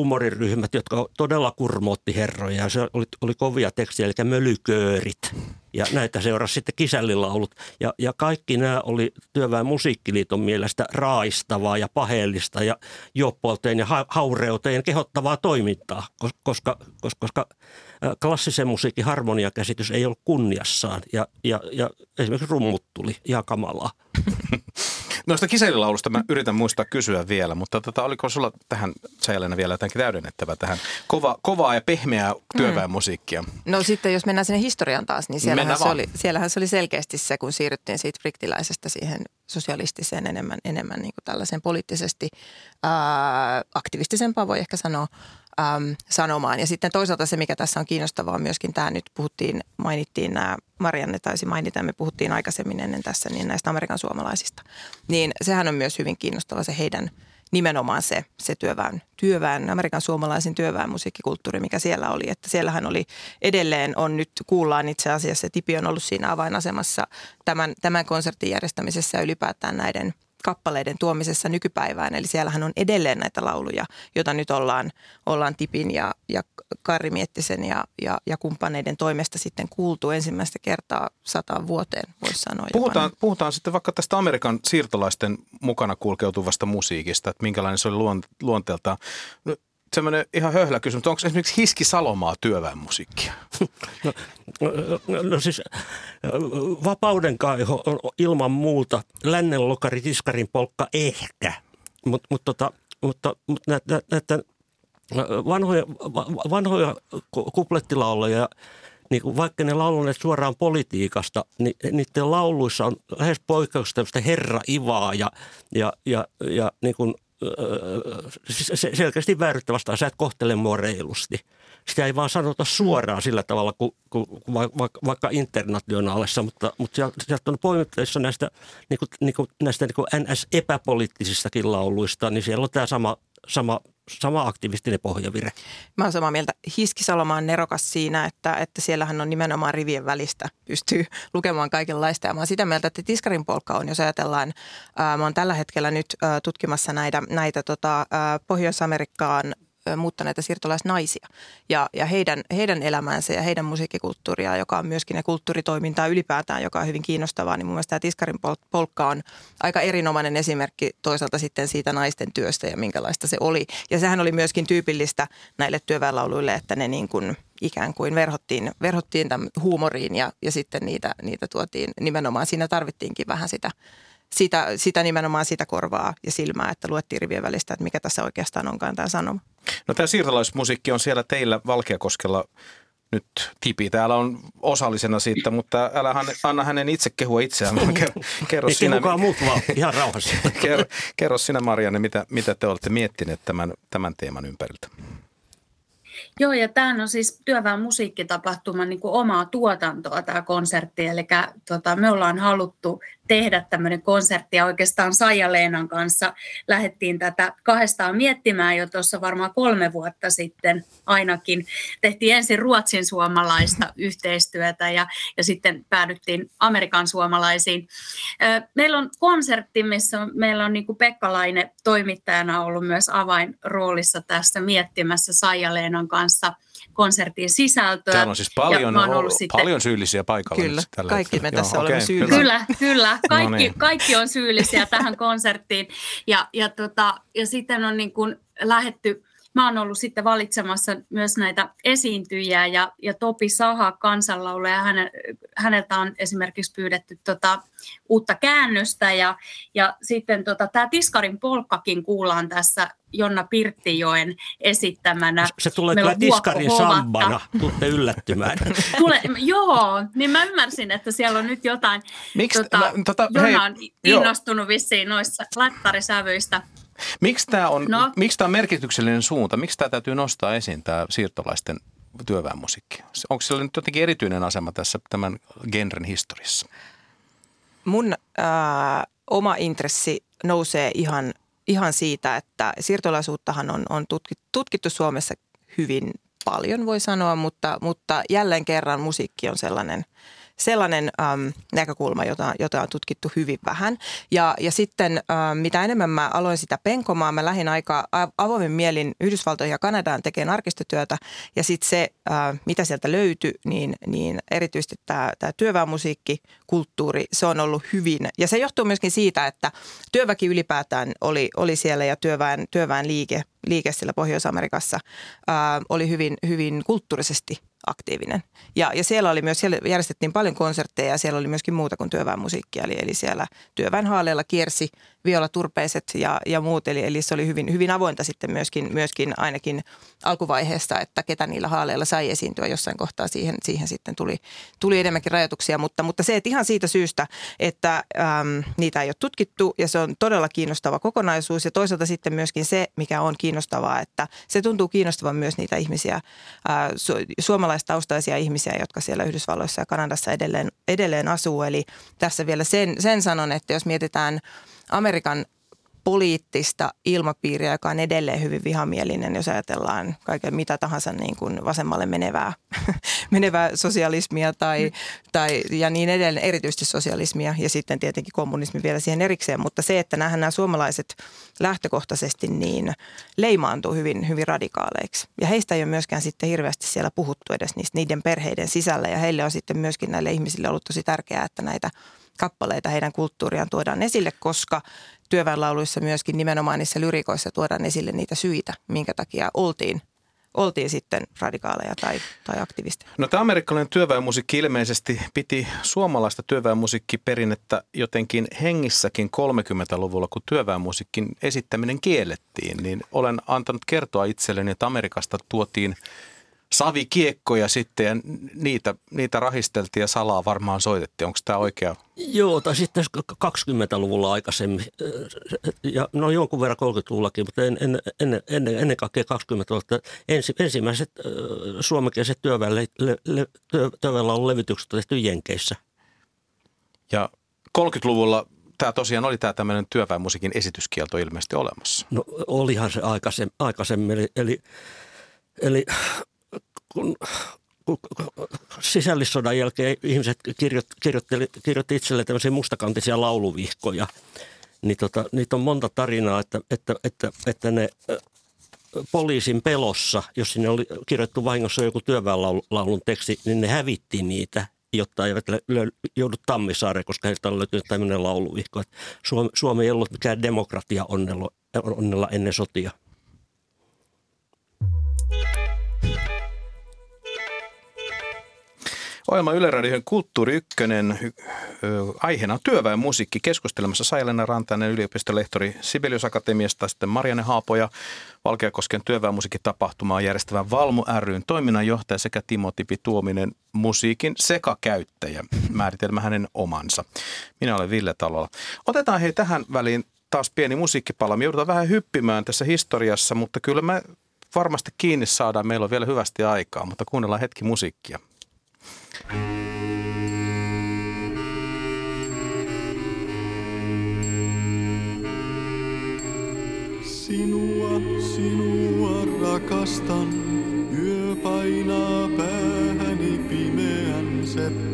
huumoriryhmät, jotka todella kurmootti herroja. Se oli kovia tekstiä, eli mölyköörit. Ja näitä seurasi sitten kisällilaulut. Ja kaikki nämä oli Työväen musiikkiliiton mielestä raistavaa ja paheellista ja juoppouteen ja haureuteen kehottavaa toimintaa, koska klassisen musiikin harmoniakäsitys ei ollut kunniassaan ja esimerkiksi rummut tuli ihan kamalaa. Noista kisälilaulusta mä yritän muistaa kysyä vielä, mutta oliko sulla tähän Saija-Leena vielä jotenkin täydennettävää tähän kovaa ja pehmeää työväenmusiikkia? No sitten jos mennään sinne historiaan taas, niin siellähän se oli selkeästi se, kun siirryttiin siitä friktiläisestä siihen sosialistiseen enemmän niin kuin tällaiseen poliittisesti aktivistisempaan voi ehkä sanoa sanomaan. Ja sitten toisaalta se, mikä tässä on kiinnostavaa myöskin tämä nyt mainittiin nämä, Marianne taisi mainita, me puhuttiin aikaisemmin ennen tässä niin näistä Amerikan suomalaisista. Niin sehän on myös hyvin kiinnostava se heidän nimenomaan se työväen, Amerikan suomalaisen työväen musiikkikulttuuri, mikä siellä oli. Että siellähän oli edelleen, kuullaan itse asiassa, Tipi on ollut siinä avainasemassa tämän konsertin järjestämisessä ja ylipäätään näiden kappaleiden tuomisessa nykypäivään. Eli siellähän on edelleen näitä lauluja, joita nyt ollaan Tipin ja Karri Miettisen ja kumppaneiden toimesta sitten kuultu ensimmäistä kertaa 100 vuoteen, voisi sanoa. Puhutaan sitten vaikka tästä Amerikan siirtolaisten mukana kulkeutuvasta musiikista, että minkälainen se oli luonteeltaan. No, sellainen ihan höhlä kysymys, onko esimerkiksi Hiski Salomaa työväenmusiikkia? No siis Vapauden kaiho on ilman muuta, Lännen lokari, Tiskarin polkka ehkä, mutta näitä vanhoja kuplettilauluja, niin vaikka ne lauluneet suoraan politiikasta, niin niiden lauluissa on lähes poikkeuksista tämmöistä herra-ivaa ja niin kuin selkeästi vääryyttävästä, sä et kohtele mua reilusti. Sitä ei vaan sanota suoraan sillä tavalla kuin vaikka internationaalissa, mutta sieltä on poimitteissa näistä NS-epäpoliittisistakin lauluista, niin siellä on tämä sama aktivistinen pohjavire. Mä oon samaa mieltä. Hiski Saloma on nerokas siinä, että siellähän on nimenomaan rivien välistä, pystyy lukemaan kaikenlaista. Ja mä oon sitä mieltä, että Tiskarin polkka on, jos ajatellaan, mä oon tällä hetkellä nyt tutkimassa näitä Pohjois-Amerikkaan muuttaneita siirtolaisnaisia ja heidän elämäänsä ja heidän musiikkikulttuuria, joka on myöskin ja kulttuuritoimintaa ylipäätään, joka on hyvin kiinnostavaa, niin mun mielestä tämä Tiskarin polkka on aika erinomainen esimerkki toisaalta sitten siitä naisten työstä ja minkälaista se oli. Ja sehän oli myöskin tyypillistä näille työväenlauluille, että ne niin kuin ikään kuin verhottiin tämän huumoriin ja sitten niitä tuotiin nimenomaan. Siinä tarvittiinkin vähän sitä nimenomaan sitä korvaa ja silmää, että luettiin rivien välistä, että mikä tässä oikeastaan onkaan tämä sanoma. No tämä siirtolaismusiikki on siellä teillä Valkeakoskella nyt Tipi. Täällä on osallisena siitä, mutta älä anna hänen itse kehua itseään. Kerro ei sinä, kukaan muut vaan, ihan rauhassa. Kerro sinä, Marianne, mitä te olette miettineet tämän teeman ympäriltä? Joo, ja tämähän on siis työväen musiikkitapahtuman niin kuin omaa tuotantoa tämä konsertti. Eli me ollaan haluttu tehdä tämmöinen konsertti ja oikeastaan Saija-Leenan kanssa lähdettiin tätä kahdestaan miettimään jo tuossa varmaan 3 vuotta sitten ainakin. Tehtiin ensin ruotsin suomalaista yhteistyötä ja sitten päädyttiin Amerikan suomalaisiin. Meillä on konsertti, missä meillä on niin kuin Pekka Laine toimittajana ollut myös avainroolissa tässä miettimässä Saija-Leenan kanssa konsertin sisältöä. Täällä on siis paljon syyllisiä paikalla. Kyllä, tällä kaikki hetkellä. me tässä olemme syyllisiä. Kyllä. No niin. Kaikki on syyllisiä tähän konserttiin. Ja sitten on niin kuin lähdetty, mä oon ollut sitten valitsemassa myös näitä esiintyjiä ja Topi Saha kansanlaulaja, häneltä on esimerkiksi pyydetty uutta käännöstä ja sitten tämä Tiskarin polkkakin kuullaan tässä Jonna Pirttijoen esittämänä. Se tulee kyllä Tiskarin sambana, tuutte yllättymään. Joo, niin mä ymmärsin, että siellä on nyt jotain. Jonna on innostunut vissiin noissa lattarisävyistä. Miksi tämä on merkityksellinen suunta? Miksi tämä täytyy nostaa esiin, tämä siirtolaisten työväenmusiikki? Onko sillä nyt jotenkin erityinen asema tässä tämän genren historiassa? Mun oma intressi nousee ihan siitä, että siirtolaisuuttahan on tutkittu Suomessa hyvin paljon, voi sanoa, mutta jälleen kerran musiikki on sellainen näkökulma, jota on tutkittu hyvin vähän. Ja sitten mitä enemmän mä aloin sitä penkomaan, mä lähdin aika avoimin mielin Yhdysvaltoihin ja Kanadaan tekemään arkistotyötä. Ja sitten se, mitä sieltä löytyi, niin erityisesti tämä työväenmusiikki, kulttuuri, se on ollut hyvin. Ja se johtuu myöskin siitä, että työväki ylipäätään oli siellä ja työväen liike siellä Pohjois-Amerikassa oli hyvin, hyvin kulttuurisesti aktiivinen. Ja siellä järjestettiin paljon konsertteja ja siellä oli myöskin muuta kuin työväenmusiikkia. Eli siellä työväenhaaleilla kiersi violaturpeiset ja muut. Eli se oli hyvin, hyvin avointa sitten myöskin ainakin alkuvaiheessa, että ketä niillä haaleilla sai esiintyä jossain kohtaa. Siihen sitten tuli enemmänkin rajoituksia. Mutta se, että ihan siitä syystä, että niitä ei ole tutkittu ja se on todella kiinnostava kokonaisuus. Ja toisaalta sitten myöskin se, mikä on kiinnostavaa, että se tuntuu kiinnostavan myös niitä ihmisiä, suomalaistaustaisia ihmisiä, jotka siellä Yhdysvalloissa ja Kanadassa edelleen asuu. Eli tässä vielä sen sanon, että jos mietitään Amerikan poliittista ilmapiiriä, joka on edelleen hyvin vihamielinen, jos ajatellaan kaiken mitä tahansa niin kuin vasemmalle menevää sosialismia ja niin edelleen, erityisesti sosialismia ja sitten tietenkin kommunismi vielä siihen erikseen. Mutta se, että nämä suomalaiset lähtökohtaisesti niin leimaantuu hyvin, hyvin radikaaleiksi. Ja heistä ei ole myöskään sitten hirveästi siellä puhuttu edes niiden perheiden sisällä ja heille on sitten myöskin näille ihmisille ollut tosi tärkeää, että näitä kappaleita heidän kulttuuriaan tuodaan esille, koska työväenlauluissa myöskin nimenomaan niissä lyrikoissa tuodaan esille niitä syitä, minkä takia oltiin sitten radikaaleja tai aktivisteja. No tämä amerikkalainen työväenmusiikki ilmeisesti piti suomalaista työväenmusiikkiperinnettä jotenkin hengissäkin 30-luvulla, kun työväenmusiikin esittäminen kiellettiin, niin olen antanut kertoa itselleni, että Amerikasta tuotiin savikiekkoja sitten ja niitä rahisteltiin ja salaa varmaan soitettiin. Onko tämä oikea? Joo, tai sitten 20-luvulla aikaisemmin, ja no jonkun verran 30-luvullakin, mutta ennen kaikkea 20-luvulla. Ensimmäiset suomenkieliset työväenlaulun levitykset on tehty Jenkeissä. Ja 30-luvulla tämä tosiaan oli tämä tämmöinen työväenmusiikin esityskielto ilmeisesti olemassa. No olihan se aikaisemmin, eli kun sisällissodan jälkeen ihmiset kirjoitti itselleen tämmöisiä mustakantisia lauluvihkoja, niin niitä on monta tarinaa, että ne poliisin pelossa, jos sinne oli kirjoittu vahingossa joku työväenlaulun teksti, niin ne hävitti niitä, jotta eivät joudu Tammisaareen, koska heiltä on löytynyt tämmöinen lauluvihko. Suomi ei ollut mikään demokratia onnella ennen sotia. Ohjelma Yle Radion Kulttuuri Ykkönen, aiheena on työväenmusiikki. Keskustelemassa Saija-Leena Rantanen, yliopistolehtori Sibelius Akatemiasta, sitten Marianne Haapo ja Valkeakosken työväenmusiikkitapahtumaa järjestävän Valmu ry:n toiminnanjohtaja sekä Timo Tipi Tuominen, musiikin sekakäyttäjä. Määritelmä hänen omansa. Minä olen Ville Talola. Otetaan tähän väliin taas pieni musiikkipala. Me joudutaan vähän hyppimään tässä historiassa, mutta kyllä me varmasti kiinni saadaan. Meillä on vielä hyvästi aikaa, mutta kuunnellaan hetki musiikkia. Sinua rakastan, yö painaa päähäni pimeän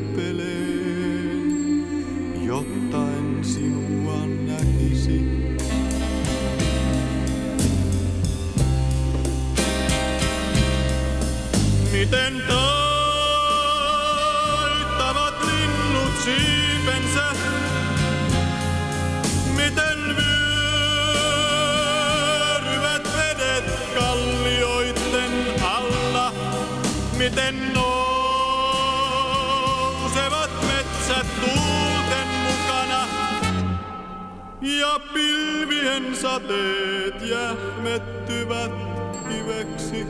seppeleen, jotta en sinua näkisi. Miten taittavat linnut siipensä, miten vyöryvät vedet kallioitten alla, miten nousevat metsät tuulten mukana ja pilvien sateet jähmettyvät kiveksi.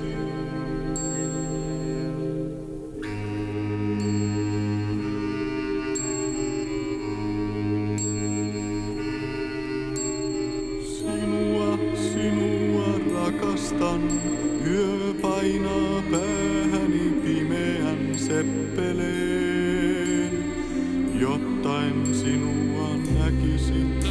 Yö painaa päähäni pimeän seppeleen, jotta en sinua näkisi.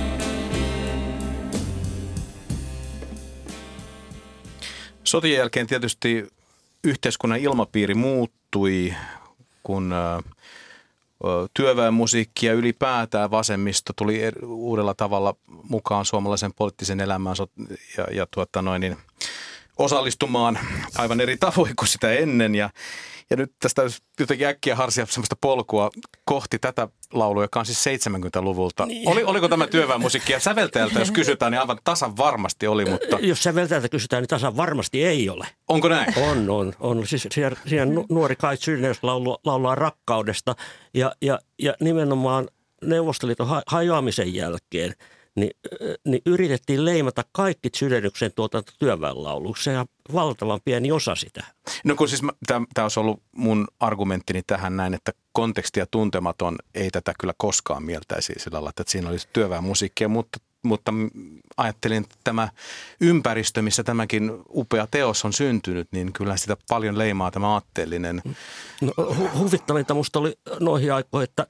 Sotien jälkeen tietysti yhteiskunnan ilmapiiri muuttui, kun työväenmusiikki ja ylipäätään vasemmisto tuli uudella tavalla mukaan suomalaisen poliittisen elämään ja osallistumaan aivan eri tavoin kuin sitä ennen. Ja nyt tästä jotenkin äkkiä harsia sellaista polkua kohti tätä laulua, joka on siis 70-luvulta. Niin. Oliko tämä työväenmusiikki? Ja säveltäjältä, jos kysytään, niin aivan tasan varmasti oli, mutta... Jos säveltäjältä kysytään, niin tasan varmasti ei ole. Onko näin? On. Siis siellä nuori Kai Sydenius laulaa rakkaudesta ja nimenomaan Neuvostoliiton hajoamisen jälkeen niin yritettiin leimata kaikki Sydeniuksen tuotanto työväenlauluksi. Se on valtavan pieni osa sitä. No kun siis tämä olisi ollut mun argumenttini tähän näin, että kontekstia tuntematon ei tätä kyllä koskaan mieltäisi sillä lailla, että siinä olisi työväenmusiikkia, mutta ajattelin, että tämä ympäristö, missä tämäkin upea teos on syntynyt, niin kyllä sitä paljon leimaa tämä aatteellinen. No, huvittavinta musta oli noihin aikoihin, että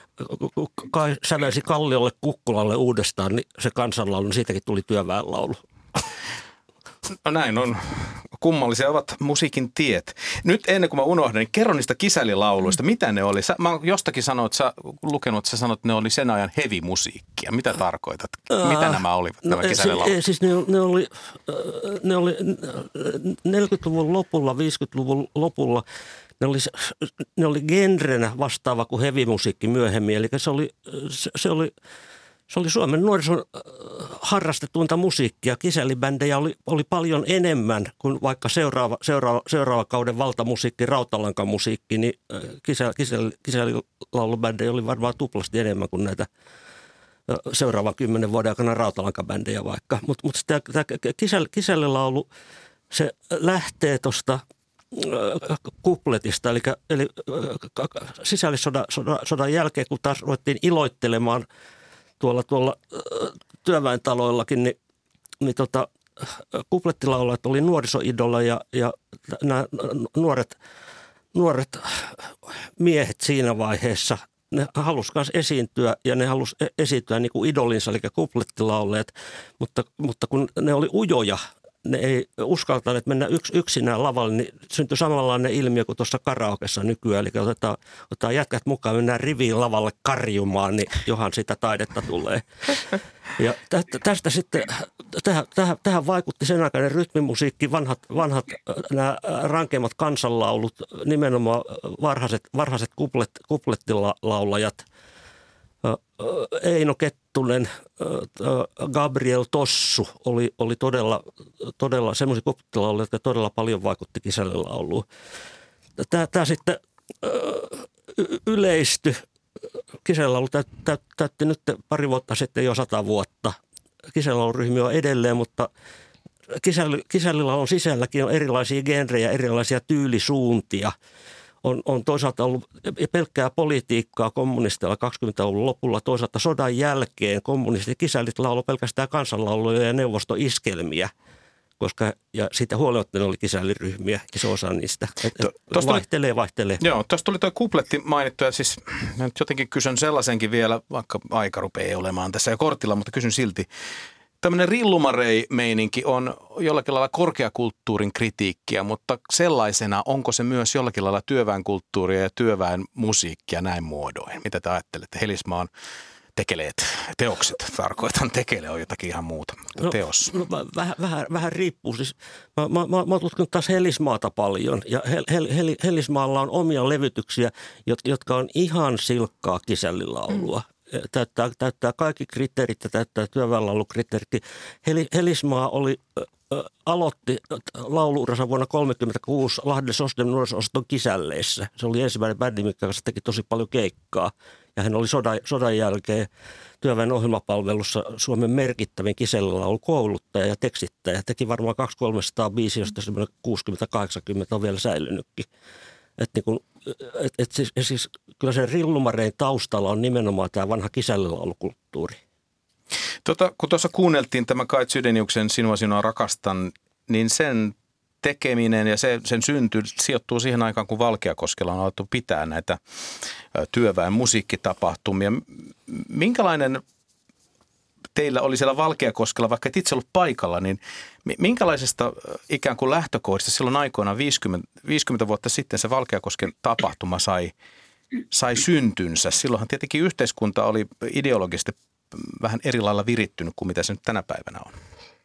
Kai sävelsi Kalliolle Kukkulalle uudestaan, niin se kansanlaulu, niin siitäkin tuli työväenlaulu. No näin on. Kummallisia ovat musiikin tiet. Nyt ennen kuin mä unohdan, niin kerro niistä kisälilauluista. Mitä ne oli? Mä jostakin sanoin, että sä lukenut, että sä sanoit, että ne oli sen ajan heavy-musiikkia. Mitä tarkoitat? Mitä nämä olivat, nämä kisälilaulut? Siis ne oli 40-luvun lopulla, 50-luvun lopulla. Ne oli genrenä vastaava kuin heavy-musiikki myöhemmin. Eli se oli Suomen nuorison harrastetuinta musiikkia. Kisälibändejä oli paljon enemmän kuin vaikka seuraava kauden valtamusiikki, rautalankamusiikki, niin kisälilaulubändejä oli varmaan tuplasti enemmän kuin näitä seuraavan 10 vuoden aikana rautalankabändejä vaikka. Mutta tämä kisälilaulu, se lähtee tuosta kupletista, eli sisällissodan jälkeen, kun taas ruvettiin iloittelemaan tuolla työväentaloillakin, niin kuplettilaulajat oli nuorisoidola ja nämä nuoret miehet siinä vaiheessa, ne halusi myös esiintyä ja ne halusi esiintyä niin kuin idolinsa, eli kuplettilaulajat, mutta kun ne oli ujoja, ne ei uskaltaneet mennä yksinään lavalle, niin syntyi samanlainen ilmiö kuin tuossa karaokessa nykyään. Eli otetaan jätkät mukaan, mennään riviin lavalle karjumaan, niin johan sitä taidetta tulee. Ja tästä sitten, tähän vaikutti sen aikainen rytmimusiikki, vanhat nämä rankeimmat kansanlaulut, nimenomaan varhaiset kuplettilaulajat, Eino Kettunen, Gabriel Tossu oli todella semmoisia kuplettilauluja, jotka todella paljon vaikutti kisälilauluun. Tämä sitten yleistyi. Kisälilaulu täytti nyt pari vuotta sitten jo 100 vuotta. Kisälilauluryhmiä on edelleen, mutta kisälilaulun sisälläkin on erilaisia genrejä, erilaisia tyylisuuntia. On toisaalta ollut pelkkää politiikkaa kommunisteilla 20-luvun lopulla, toisaalta sodan jälkeen kommunistit kisälit laulu pelkästään kansanlauluja ja neuvostoiskelmiä, ja siitä huolimatta ne oli kisäliryhmiä, iso osa niistä. Vaihtelee. Joo, tuosta tuli tuo kupletti mainittu, ja siis mä nyt jotenkin kysyn sellaisenkin vielä, vaikka aika rupeaa olemaan tässä jo kortilla, mutta kysyn silti. Tämmöinen rillumarei-meininki on jollakin lailla korkeakulttuurin kritiikkiä, mutta sellaisena onko se myös jollakin lailla työväenkulttuuria ja työväenmusiikkia näin muodoin? Mitä te ajattelette? Helismaan tekeleet, teokset, tarkoitan tekele on jotakin ihan muuta kuin teos. No, vähän riippuu. Siis, mä oon tutkinut taas Helismaata paljon ja Helismaalla on omia levytyksiä, jotka on ihan silkkaa kisällilaulua. Täyttää kaikki kriteerit ja täyttää työväenlaulukriteerit. Helismaa aloitti lauluuransa vuonna 1936 Lahden Sosdem nuoriso-osaston kisälleissä. Se oli ensimmäinen bändi, mikä teki tosi paljon keikkaa. Ja hän oli sodan jälkeen työväen ohjelmapalvelussa Suomen merkittävin kisälilaulukouluttaja ja tekstittäjä. Teki varmaan 200-300 biisiä, josta semmoinen 60-80 on vielä säilynytkin. Siis kyllä sen rillumareen taustalla on nimenomaan tämä vanha kisälilaulukulttuuri. Kun tuossa kuunneltiin tämä Kai Chydeniuksen Sinua rakastan, niin sen tekeminen ja sen synty sijoittuu siihen aikaan, kun Valkeakoskella on alettu pitää näitä työväen musiikkitapahtumia. Minkälainen teillä oli siellä Valkeakoskella, vaikka et itse ollut paikalla, niin minkälaisesta ikään kuin lähtökohdista silloin aikoinaan 50 vuotta sitten se Valkeakosken tapahtuma sai sai syntynsä? Silloinhan tietenkin yhteiskunta oli ideologisesti vähän eri lailla virittynyt kuin mitä se nyt tänä päivänä on.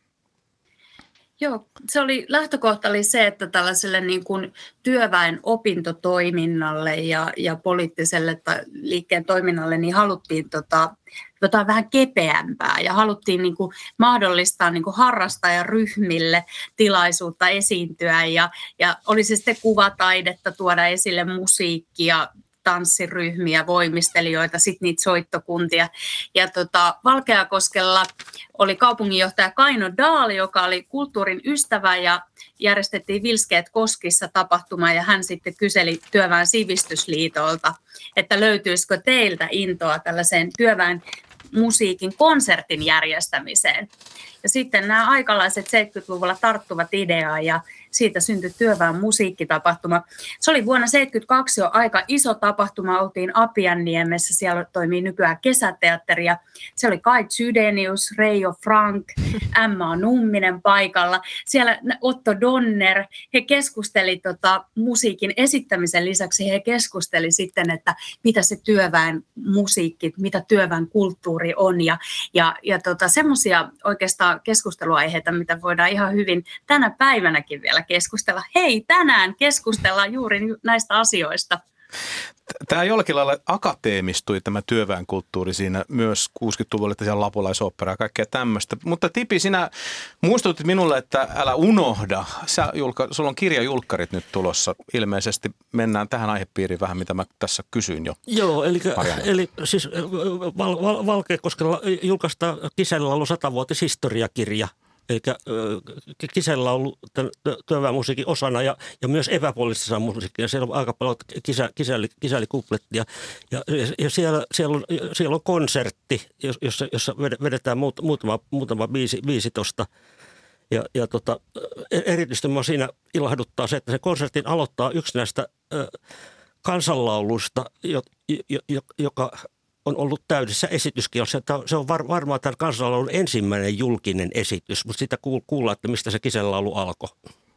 Joo, lähtökohta oli se, että tällaiselle niin kuin työväen opintotoiminnalle ja poliittiselle liikkeen toiminnalle niin haluttiin jotain vähän kepeämpää ja haluttiin niin kuin mahdollistaa niin kuin harrastajaryhmille tilaisuutta esiintyä ja oli se sitten kuvataidetta, tuoda esille musiikkia, tanssiryhmiä, voimistelijoita, sitten niitä soittokuntia. Ja Valkeakoskella oli kaupunginjohtaja Kaino Daali, joka oli kulttuurin ystävä ja järjestettiin Vilskeet Koskissa tapahtuma ja hän sitten kyseli Työväen sivistysliitolta, että löytyisikö teiltä intoa tällaiseen työväen musiikin konsertin järjestämiseen. Ja sitten nämä aikalaiset 70-luvulla tarttuvat ideaa ja siitä syntyi työväen musiikkitapahtuma. Se oli vuonna 1972 jo aika iso tapahtuma, oltiin Apianniemessä, siellä toimii nykyään kesäteatteri ja se oli Kai Chydenius, Reijo Frank, Emma Numminen paikalla. Siellä Otto Donner, he keskusteli musiikin esittämisen lisäksi, he keskusteli sitten, että mitä se työväen musiikki, mitä työväen kulttuuri on ja semmoisia oikeastaan keskusteluaiheita, mitä voidaan ihan hyvin tänä päivänäkin vielä keskustella. Hei, tänään keskustellaan juuri näistä asioista. Tämä jollakin lailla akateemistui tämä työväenkulttuuri siinä myös 60-luvulla, että siellä lapolaisopera ja kaikkea tämmöistä. Mutta Tipi, sinä muistutit minulle, että älä unohda. Sulla on kirjajulkkarit nyt tulossa. Ilmeisesti mennään tähän aihepiiriin vähän, mitä mä tässä kysyin jo. Joo, eli siis Valkeakoskella julkaistaan Kisällä 100-vuotishistoriakirja. Eli Kisellä on ollut työväenmusiikin osana ja myös epäpoliittista musiikkia. Siellä on aika paljon kisällikuplettia. Ja siellä on konsertti, jossa vedetään muutama biisi tosta. Ja erityisesti minua siinä ilahduttaa se, että se konsertin aloittaa yksi näistä kansanlauluista, joka on ollut täydessä esityskielossa. Se on varmaan tämän kansanlaulun ensimmäinen julkinen esitys, mutta sitä kuullaan, että mistä se kisälaulu alkoi.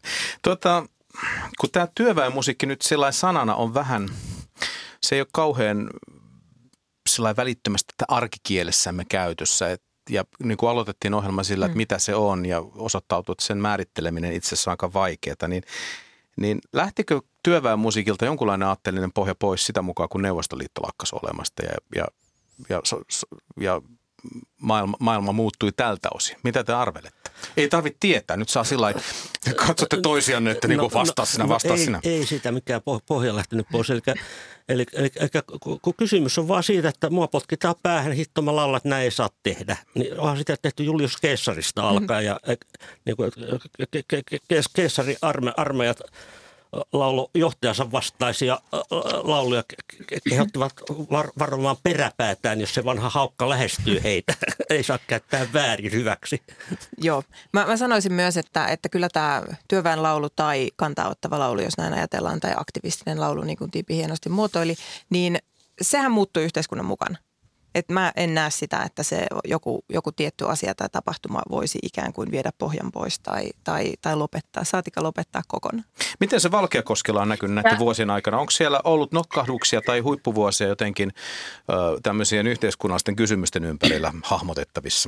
Kun tämä työväenmusiikki nyt sellainen sanana on vähän, se ei ole kauhean sellainen välittömästi arkikielessämme käytössä. Ja niin kuin aloitettiin ohjelma sillä, että mitä se on ja osoittautui, että sen määritteleminen itse asiassa on aika vaikeaa, niin lähtikö työväenmusiikilta jonkunlainen aatteellinen pohja pois sitä mukaan, kun Neuvostoliitto lakkasi olemasta ja maailma muuttui tältä osin? Mitä te arvelette? Ei tarvitse tietää. Nyt saa sillä lailla, katsotte toisianne, että vastaa sinä. Ei sitä mikään pohja lähtenyt pois. Eli kun kysymys on vaan siitä, että mua potkitaan päähän hittomalla lailla, että näin ei saa tehdä. Niin onhan sitä tehty Julius Caesarista alkaen ja niin Caesarin armeijat laulu johtajansa vastaisia lauluja kehottivat varomaan peräpäätään, jos se vanha haukka lähestyy heitä. Ei saa käyttää väärin hyväksi. Joo. Mä sanoisin myös, että kyllä tämä työväenlaulu tai kantaa-ottava laulu, jos näin ajatellaan, tai aktivistinen laulu, niin kuin Tipi hienosti muotoili, niin sehän muuttui yhteiskunnan mukana. Että mä en näe sitä, että se joku tietty asia tai tapahtuma voisi ikään kuin viedä pohjan pois tai lopettaa, saatika lopettaa kokonaan. Miten se Valkeakoskella on näkynyt näiden vuosien aikana? Onko siellä ollut nokkahduksia tai huippuvuosia jotenkin tämmöisien yhteiskunnallisten kysymysten ympärillä hahmotettavissa?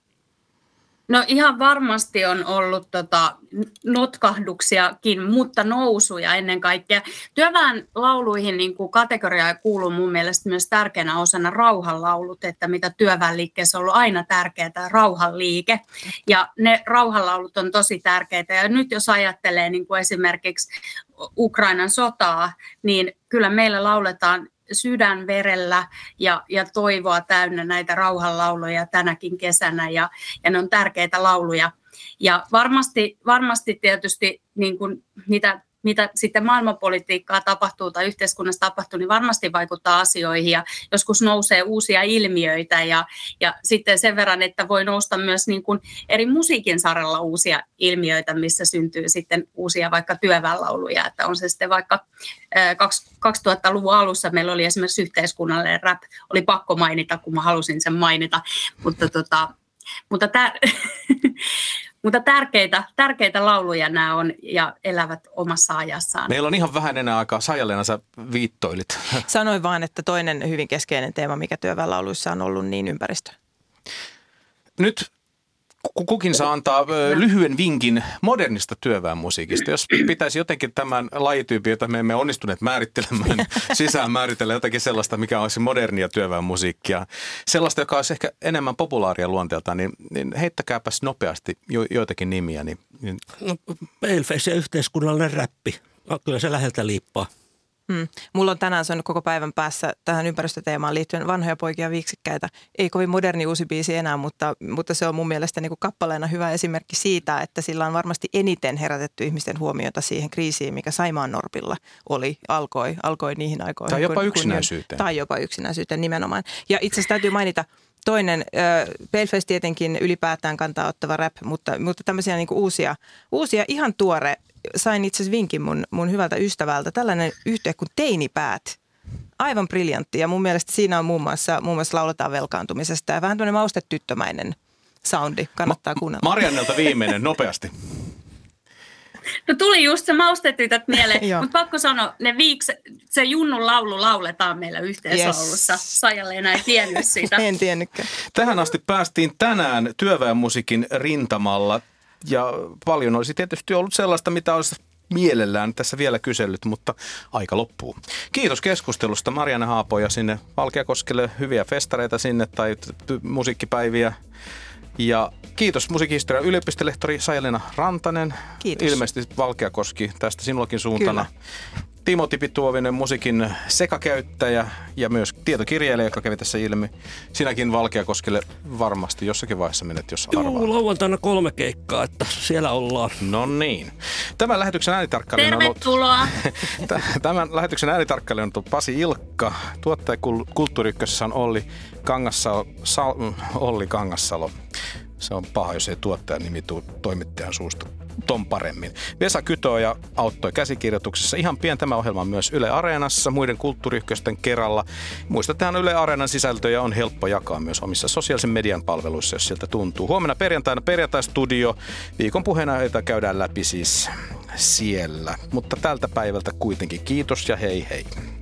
No ihan varmasti on ollut notkahduksiakin, mutta nousuja ennen kaikkea. Työväen lauluihin niin kuin kategoriaan kuuluu mun mielestä myös tärkeänä osana rauhanlaulut, että mitä työväenliikkeessä on ollut aina tärkeää, rauhanliike. Ja ne rauhanlaulut on tosi tärkeitä. Ja nyt jos ajattelee niin kuin esimerkiksi Ukrainan sotaa, niin kyllä meillä lauletaan sydänverellä ja toivoa täynnä näitä rauhanlauluja tänäkin kesänä ja ne on tärkeitä lauluja. Ja varmasti tietysti niin kuin mitä sitten maailmanpolitiikkaa tapahtuu tai yhteiskunnassa tapahtuu, niin varmasti vaikuttaa asioihin ja joskus nousee uusia ilmiöitä ja sitten sen verran, että voi nousta myös niin kuin eri musiikin saralla uusia ilmiöitä, missä syntyy sitten uusia vaikka työväenlauluja, että on se sitten vaikka 2000-luvun alussa meillä oli esimerkiksi yhteiskunnallinen rap, oli pakko mainita, kun mä halusin sen mainita, mutta Mutta tärkeitä lauluja nämä on ja elävät omassa ajassaan. Meillä on ihan vähän enää aikaa. Saija-Leena, sä viittoilit. Sanoin vaan, että toinen hyvin keskeinen teema, mikä työväenlauluissa on ollut, niin ympäristö. Nyt kukin saa antaa lyhyen vinkin modernista työväenmusiikista. Jos pitäisi jotenkin tämän lajityypin, jota me emme onnistuneet määrittelemään, sisään määritellä jotakin sellaista, mikä olisi modernia työväenmusiikkia, sellaista, joka olisi ehkä enemmän populaaria luonteeltaan, niin heittäkääpäs nopeasti joitakin nimiä. No, Paleface ja yhteiskunnallinen räppi. Kyllä se läheltä liippaa. Mulla on tänään soinut koko päivän päässä tähän ympäristöteemaan liittyen Vanhoja poikia viiksikkäitä. Ei kovin moderni uusi biisi enää, mutta se on mun mielestä niin kuin kappaleena hyvä esimerkki siitä, että sillä on varmasti eniten herätetty ihmisten huomiota siihen kriisiin, mikä Saimaannorpilla alkoi niihin aikoihin. Tai jopa yksinäisyyteen. Tai jopa yksinäisyyteen nimenomaan. Ja itse asiassa täytyy mainita toinen, Paleface tietenkin ylipäätään kantaa ottava rap, mutta tämmöisiä niin kuin uusia ihan tuore. Sain itse asiassa vinkin mun hyvältä ystävältä. Tällainen yhtye kuin Teinipäät. Aivan briljantti ja mun mielestä siinä on muun muassa lauletaan velkaantumisesta ja vähän tämmöinen maustetyttömäinen soundi. Kannattaa kuunnella. Mariannelta viimeinen, nopeasti. No tuli just se maustetytöt mieleen, mutta pakko sanoa, se Junnun laulu lauletaan meillä yhteislaulussa. Yes. Saija-Leena ei tiennyt sitä. En tiennytkään. Tähän asti päästiin tänään työväenmusiikin rintamalla. Ja paljon olisi tietysti ollut sellaista, mitä olisi mielellään tässä vielä kysellyt, mutta aika loppuu. Kiitos keskustelusta Marianne Haapoja sinne Valkeakoskelle, hyviä festareita sinne tai musiikkipäiviä. Ja kiitos musiikkihistorian yliopistolehtori Saija-Leena Rantanen. Kiitos. Ilmeisesti Valkeakoski tästä sinullakin suuntana. Kyllä. Timo Tipi-Tuovinen, musiikin sekakäyttäjä ja myös tietokirjailija, joka kävi tässä ilmi. Sinäkin Valkeakoskelle varmasti jossakin vaiheessa menet, jos arvaa. Joo, lauantaina 3 keikkaa, että siellä ollaan. No niin. Tämän lähetyksen äänitarkkailijan tervetuloa. Tämän lähetyksen äänitarkkailijan on Pasi Ilkka. Tuottaja Kulttuuri Ykkösessä on Olli Kangassalo. Se on paha, jos ei tuottajan nimi tule toimittajan suusta ton paremmin. Vesa Kytöoja auttoi käsikirjoituksessa. Ihan pian tämä ohjelma myös Yle Areenassa muiden kulttuuriykkösten kerralla. Muistetaan, Yle Areenan sisältöjä on helppo jakaa myös omissa sosiaalisen median palveluissa, jos siltä tuntuu. Huomenna perjantaina Perjantai-studio. Viikon puheenaiheita käydään läpi siis siellä. Mutta tältä päivältä kuitenkin kiitos ja hei hei.